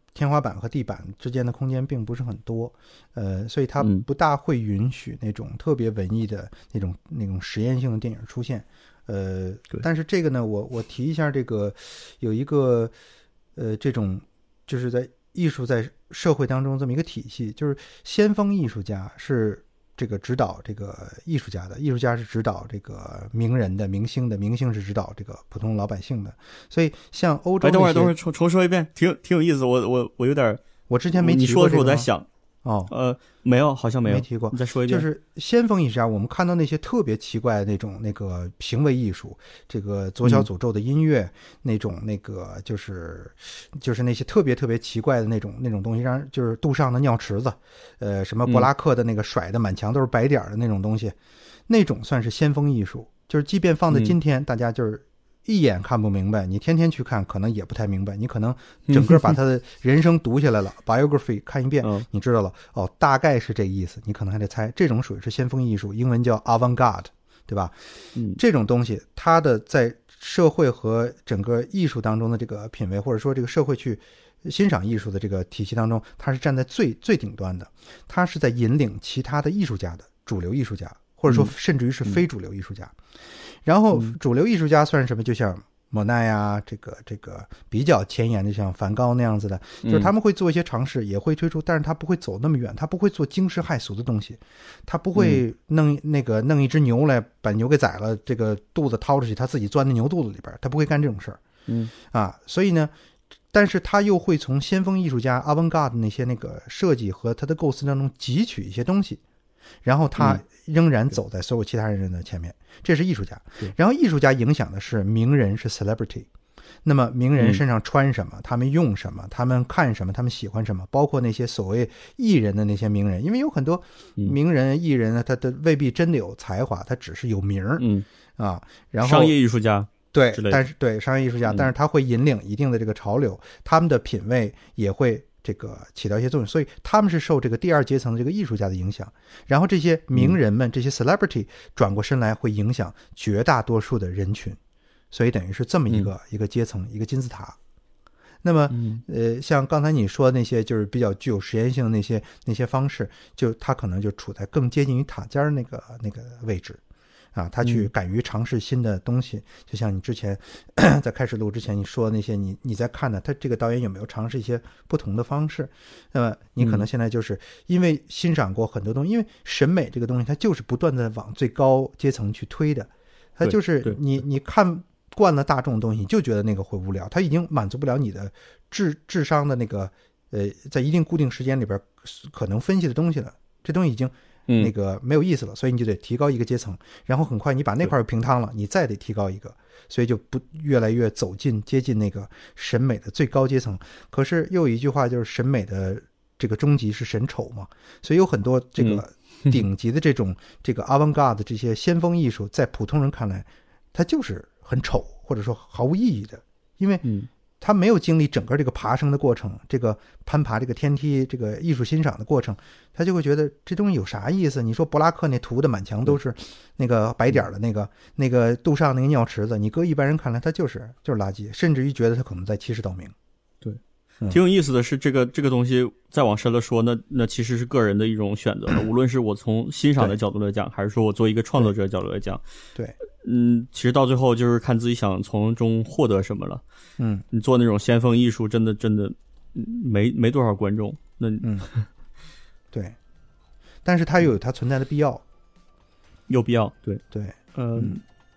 天花板和地板之间的空间并不是很多，呃，所以它不大会允许那种特别文艺的那种那种实验性的电影出现。呃，但是这个呢，我我提一下，这个有一个呃这种就是在艺术在社会当中这么一个体系，就是先锋艺术家是这个指导这个艺术家的，艺术家是指导这个名人的、明星的，明星是指导这个普通老百姓的。所以像欧洲， 哎，等会儿等会儿重重说一遍，挺挺有意思。我我我有点， 我之前没提过、这个、 你说的时候我在想。 哦， 呃，没有，好像没有没提过。 你再说一遍。 就是先锋艺术家，我们看到那些特别奇怪的那种那个行为艺术，这个左小诅咒的音乐，嗯、那种那个就是就是那些特别特别奇怪的那种那种东西，让就是杜尚的尿池子，呃，什么柏拉克的那个甩的满墙都是白点的那种东西，嗯、那种算是先锋艺术。就是即便放在今天，嗯、大家就是一眼看不明白，你天天去看可能也不太明白，你可能整个把他的人生读下来了biography 看一遍，你知道了，哦，大概是这个意思，你可能还得猜。这种属于是先锋艺术，英文叫 avant-garde， 对吧？ 嗯， 这种东西它的在社会和整个艺术当中的这个品味，或者说这个社会去欣赏艺术的这个体系当中，它是站在最最顶端的，它是在引领其他的艺术家的主流艺术家，或者说甚至于是非主流艺术家。嗯然后主流艺术家算什么？就像莫奈啊，这个这个比较前沿的，像梵高那样子的，就是他们会做一些尝试，也会推出，但是他不会走那么远，他不会做惊世骇俗的东西，他不会弄那个弄一只牛来把牛给宰了，这个肚子掏出去，他自己钻在牛肚子里边，他不会干这种事儿。 嗯啊，所以呢，但是他又会从先锋艺术家 avant-garde 那些那个设计和他的构思当中汲取一些东西。然后他仍然走在所有其他人的前面，这是艺术家。然后艺术家影响的是名人，是 celebrity。那么名人身上穿什么、嗯、他们用什么，他们看什么，他们喜欢什么，包括那些所谓艺人的那些名人，因为有很多名人、艺人呢，他的未必真的有才华，他只是有名儿， 嗯啊，然后商业艺术家。 对，但是对商业艺术家、 嗯， 但是他会引领一定的这个潮流，他们的品味也会这个起到一些作用，所以他们是受这个第二阶层的这个艺术家的影响，然后这些名人们、嗯、这些 celebrity 转过身来会影响绝大多数的人群，所以等于是这么一个、嗯、一个阶层，一个金字塔。那么、嗯、呃，像刚才你说的那些就是比较具有实验性的那些那些方式，就他可能就处在更接近于塔尖那个那个位置啊，他去敢于尝试新的东西、嗯、就像你之前在开始录之前你说的那些，你你在看呢，他这个导演有没有尝试一些不同的方式，那么你可能现在就是因为欣赏过很多东西、嗯、因为审美这个东西它就是不断的往最高阶层去推的，它就是你你看惯了大众的东西，你就觉得那个会无聊，它已经满足不了你的智智商的那个呃，在一定固定时间里边可能分析的东西了，这东西已经那个没有意思了、嗯、所以你就得提高一个阶层，然后很快你把那块平摊了，你再得提高一个，所以就不越来越走近接近那个审美的最高阶层。可是又有一句话就是审美的这个终极是审丑嘛，所以有很多这个顶级的这种、嗯、这个 avant-garde 这些先锋艺术在普通人看来它就是很丑或者说毫无意义的，因为他没有经历整个这个爬升的过程，这个攀爬这个天梯，这个艺术欣赏的过程，他就会觉得这东西有啥意思？你说柏拉克那涂的满墙都是那个白点的那个、嗯、那个杜尚那个尿池子，你搁一般人看来他就是就是垃圾，甚至于觉得他可能在欺世盗名。 对，挺有意思的是，这个这个东西再往深了说，那那其实是个人的一种选择了，无论是我从欣赏的角度来讲，还是说我作为一个创作者的角度来讲， 对， 嗯，其实到最后就是看自己想从中获得什么了。 嗯， 你做那种先锋艺术，真的真的没没多少观众。那嗯，对，但是它又有它存在的必要， 有必要。对对， 呃、嗯，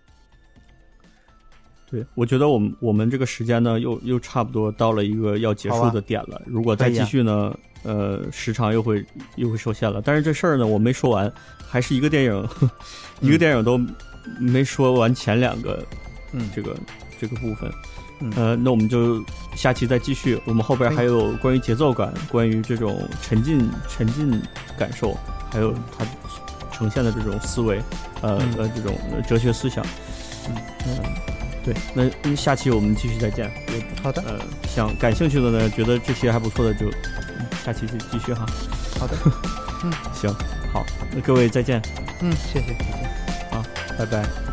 对，我觉得我们我们这个时间呢，又又差不多到了一个要结束的点了。啊、如果再继续呢，啊、呃，时长又会又会受限了。但是这事儿呢，我没说完，还是一个电影，呵呵一个电影都没说完前两个， 嗯， 这个这个部分。呃，那我们就下期再继续。我们后边还有关于节奏感，关于这种沉浸沉浸感受，还有它呈现的这种思维，呃、嗯、呃，这种哲学思想。 嗯嗯，对。那下期我们继续再见。 好的。 呃，想感兴趣的呢，觉得这期还不错的，就下期就继续哈。 好的。 嗯，行，好，那各位再见。 嗯，谢谢，再见。 好，拜拜。